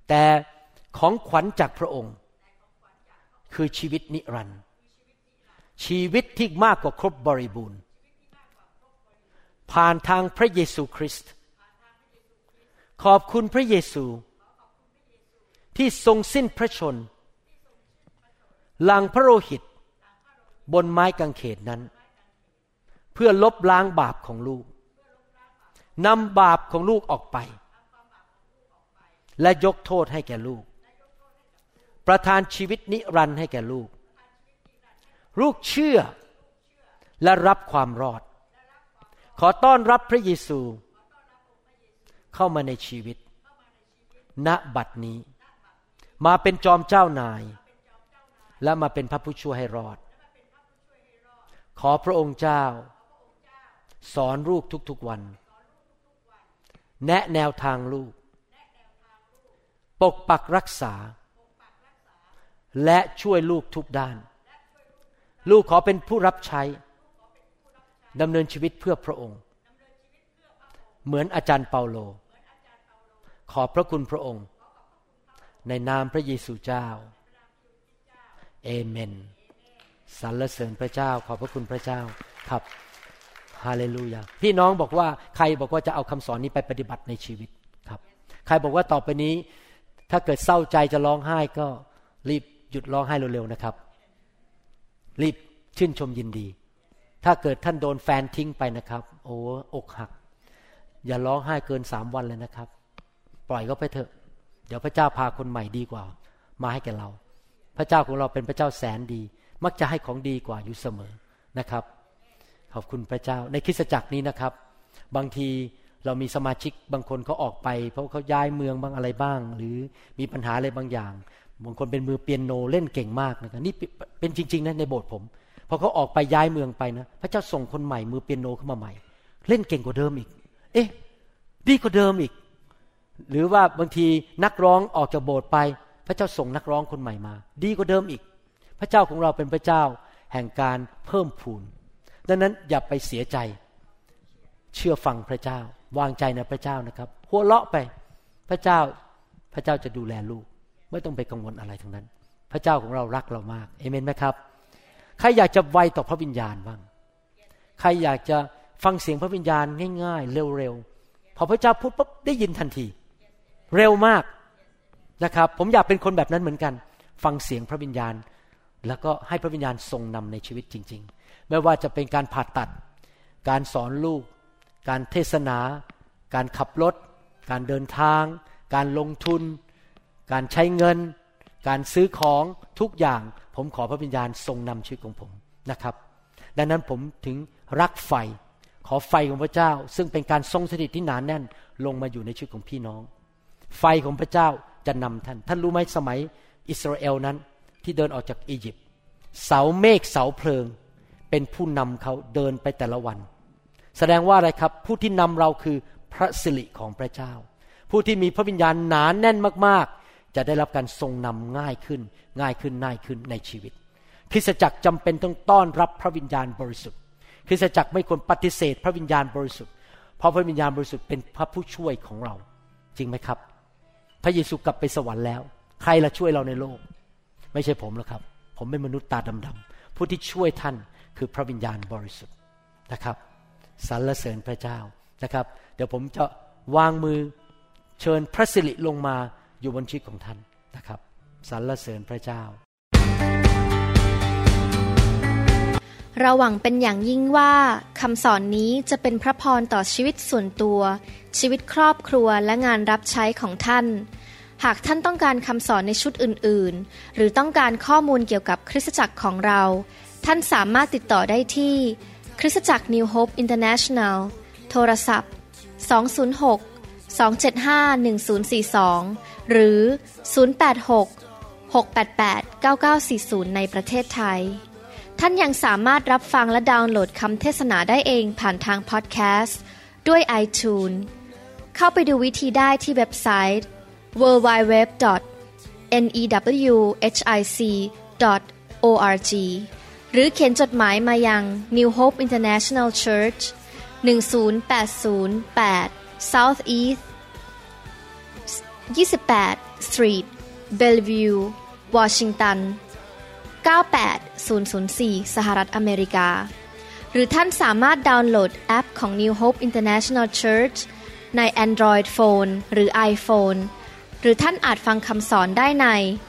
แต่ของขวัญจากพระองค์คือชีวิตนิรันดร์ชีวิตที่มากกว่าครบบริบูรณ์ผ่านทางพระเยซูคริสต์ขอบคุณพระเยซูที่ทรงสิ้นพระชนหลั่งพระโลหิตบนไม้กางเขนนั้นเพื่อลบล้างบาปของลูกนำบาปของลูกออกไปและยกโทษให้แก่ลูกประทานชีวิตนิรันดร์ให้แก่ลูกลูกเชื่อและรับความรอดขอต้อนรับพระเยซูเข้ามาในชีวิตณบัดนี้มาเป็นจอมเจ้านายและมาเป็นพระผู้ช่วยให้รอดขอพระองค์เจ้าสอนลูกทุกๆวันแนะแนวทางลูกปกปักรักษาและช่วยลูกทุกด้านลูกขอเป็นผู้รับใช้ดำเนินชีวิตเพื่อพระองค์เหมือนอาจารย์เปาโลขอบพระคุณพระองค์ในนามพระเยซูเจ้าเอเมนสรรเสริญพระเจ้าขอบพระคุณพระเจ้าครับฮาเลลูยาพี่น้องบอกว่าใครบอกว่าจะเอาคำสอนนี้ไปปฏิบัติในชีวิตครับใครบอกว่าต่อไปนี้ถ้าเกิดเศร้าใจจะร้องไห้ก็รีบหยุดร้องไห้เร็วๆนะครับรีบชื่นชมยินดีถ้าเกิดท่านโดนแฟนทิ้งไปนะครับโอ้อกหักอย่าร้องไห้เกิน3วันเลยนะครับปล่อยเขาไปเถอะเดี๋ยวพระเจ้าพาคนใหม่ดีกว่ามาให้แก่เราพระเจ้าของเราเป็นพระเจ้าแสนดีมักจะให้ของดีกว่าอยู่เสมอนะครับขอบคุณพระเจ้าในคริสตจักรนี้นะครับบางทีเรามีสมาชิกบางคนเขาออกไปเพราะเขาย้ายเมืองบางอะไรบ้างหรือมีปัญหาอะไรบางอย่างบางคนเป็นมือเปียโนเล่นเก่งมากนะครับนี่เป็นจริงๆนะในโบสถ์ผมพอเขาออกไปย้ายเมืองไปนะพระเจ้าส่งคนใหม่มือเปียโนเข้ามาใหม่เล่นเก่งกว่าเดิมอีกดีกว่าเดิมอีกหรือว่าบางทีนักร้องออกจากโบสถ์ไปพระเจ้าส่งนักร้องคนใหม่มาดีกว่าเดิมอีกพระเจ้าของเราเป็นพระเจ้าแห่งการเพิ่มพูนดังนั้นอย่าไปเสียใจเชื่อฟังพระเจ้าวางใจในพระเจ้านะครับหัวเราะไปพระเจ้าจะดูแลลูกไม่ต้องไปกังวลอะไรทั้งนั้นพระเจ้าของเรารักเรามากเอเมนไหมครับใครอยากจะไวต่อพระวิญญาณบ้างใครอยากจะฟังเสียงพระวิญญาณง่ายๆเร็วๆพอพระเจ้าพูดปั๊บได้ยินทันทีเร็วมากนะครับผมอยากเป็นคนแบบนั้นเหมือนกันฟังเสียงพระวิญญาณแล้วก็ให้พระวิญญาณทรงนำในชีวิตจริงๆไม่ว่าจะเป็นการผ่าตัดการสอนลูกการเทศนาการขับรถการเดินทางการลงทุนการใช้เงินการซื้อของทุกอย่างผมขอพระวิญญาณทรงนำชีวิตของผมนะครับดังนั้นผมถึงรักไฟขอไฟของพระเจ้าซึ่งเป็นการทรงสถิตที่หนาแน่นลงมาอยู่ในชีวิตของพี่น้องไฟของพระเจ้าจะนำท่านรู้ไหมสมัยอิสราเอลนั้นที่เดินออกจากอียิปต์เสาเมฆเสาเพลิงเป็นผู้นำเขาเดินไปแต่ละวันแสดงว่าอะไรครับผู้ที่นำเราคือพระสิริของพระเจ้าผู้ที่มีพระวิญญาณหนาแน่นมากๆจะได้รับการทรงนำง่ายขึ้นในชีวิตคริสตจักรจำเป็นต้องต้อนรับพระวิญญาณบริสุทธิ์คริสตจักรไม่ควรปฏิเสธพระวิญญาณบริสุทธิ์เพราะพระวิญญาณบริสุทธิ์เป็นพระผู้ช่วยของเราจริงไหมครับพระเยซูกลับไปสวรรค์แล้วใครละช่วยเราในโลกไม่ใช่ผมหรอกครับผมเป็นมนุษย์ตาดำๆผู้ที่ช่วยท่านคือพระวิญญาณบริสุทธิ์นะครับสรรเสริญพระเจ้านะครับเดี๋ยวผมจะวางมือเชิญพระสิริลงมาอยู่บนชีวิตของท่านนะครับสรรเสริญพระเจ้าเราหวังเป็นอย่างยิ่งว่าคำสอนนี้จะเป็นพระพรต่อชีวิตส่วนตัวชีวิตครอบครัวและงานรับใช้ของท่านหากท่านต้องการคำสอนในชุดอื่นๆหรือต้องการข้อมูลเกี่ยวกับคริสตจักรของเราท่านสามารถติดต่อได้ที่คริสตจักร New Hope International โทรศัพท์206-275-1042หรือ086-688-9940ในประเทศไทยท่านยังสามารถรับฟังและดาวน์โหลดคำเทศนาได้เองผ่านทางพอดแคสต์ด้วย iTunes เข้าไปดูวิธีได้ที่เว็บไซต์ www.newhic.org หรือเขียนจดหมายมายัง New Hope International Church 10808 South East 28 Street Bellevue Washington 98004 สหรัฐอเมริกาหรือท่านสามารถดาวน์โหลดแอปของ New Hope International Church ใน Android Phone หรือ iPhone หรือท่านอาจฟังคำสอนได้ใน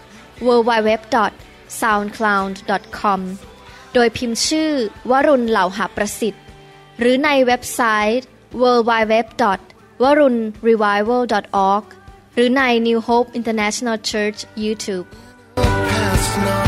www.soundcloud.com โดยพิมพ์ชื่อวรุณเหล่าหาประสิทธิ์หรือในเว็บไซต์ www.warunrevival.org หรือใน New Hope International Church YouTube past now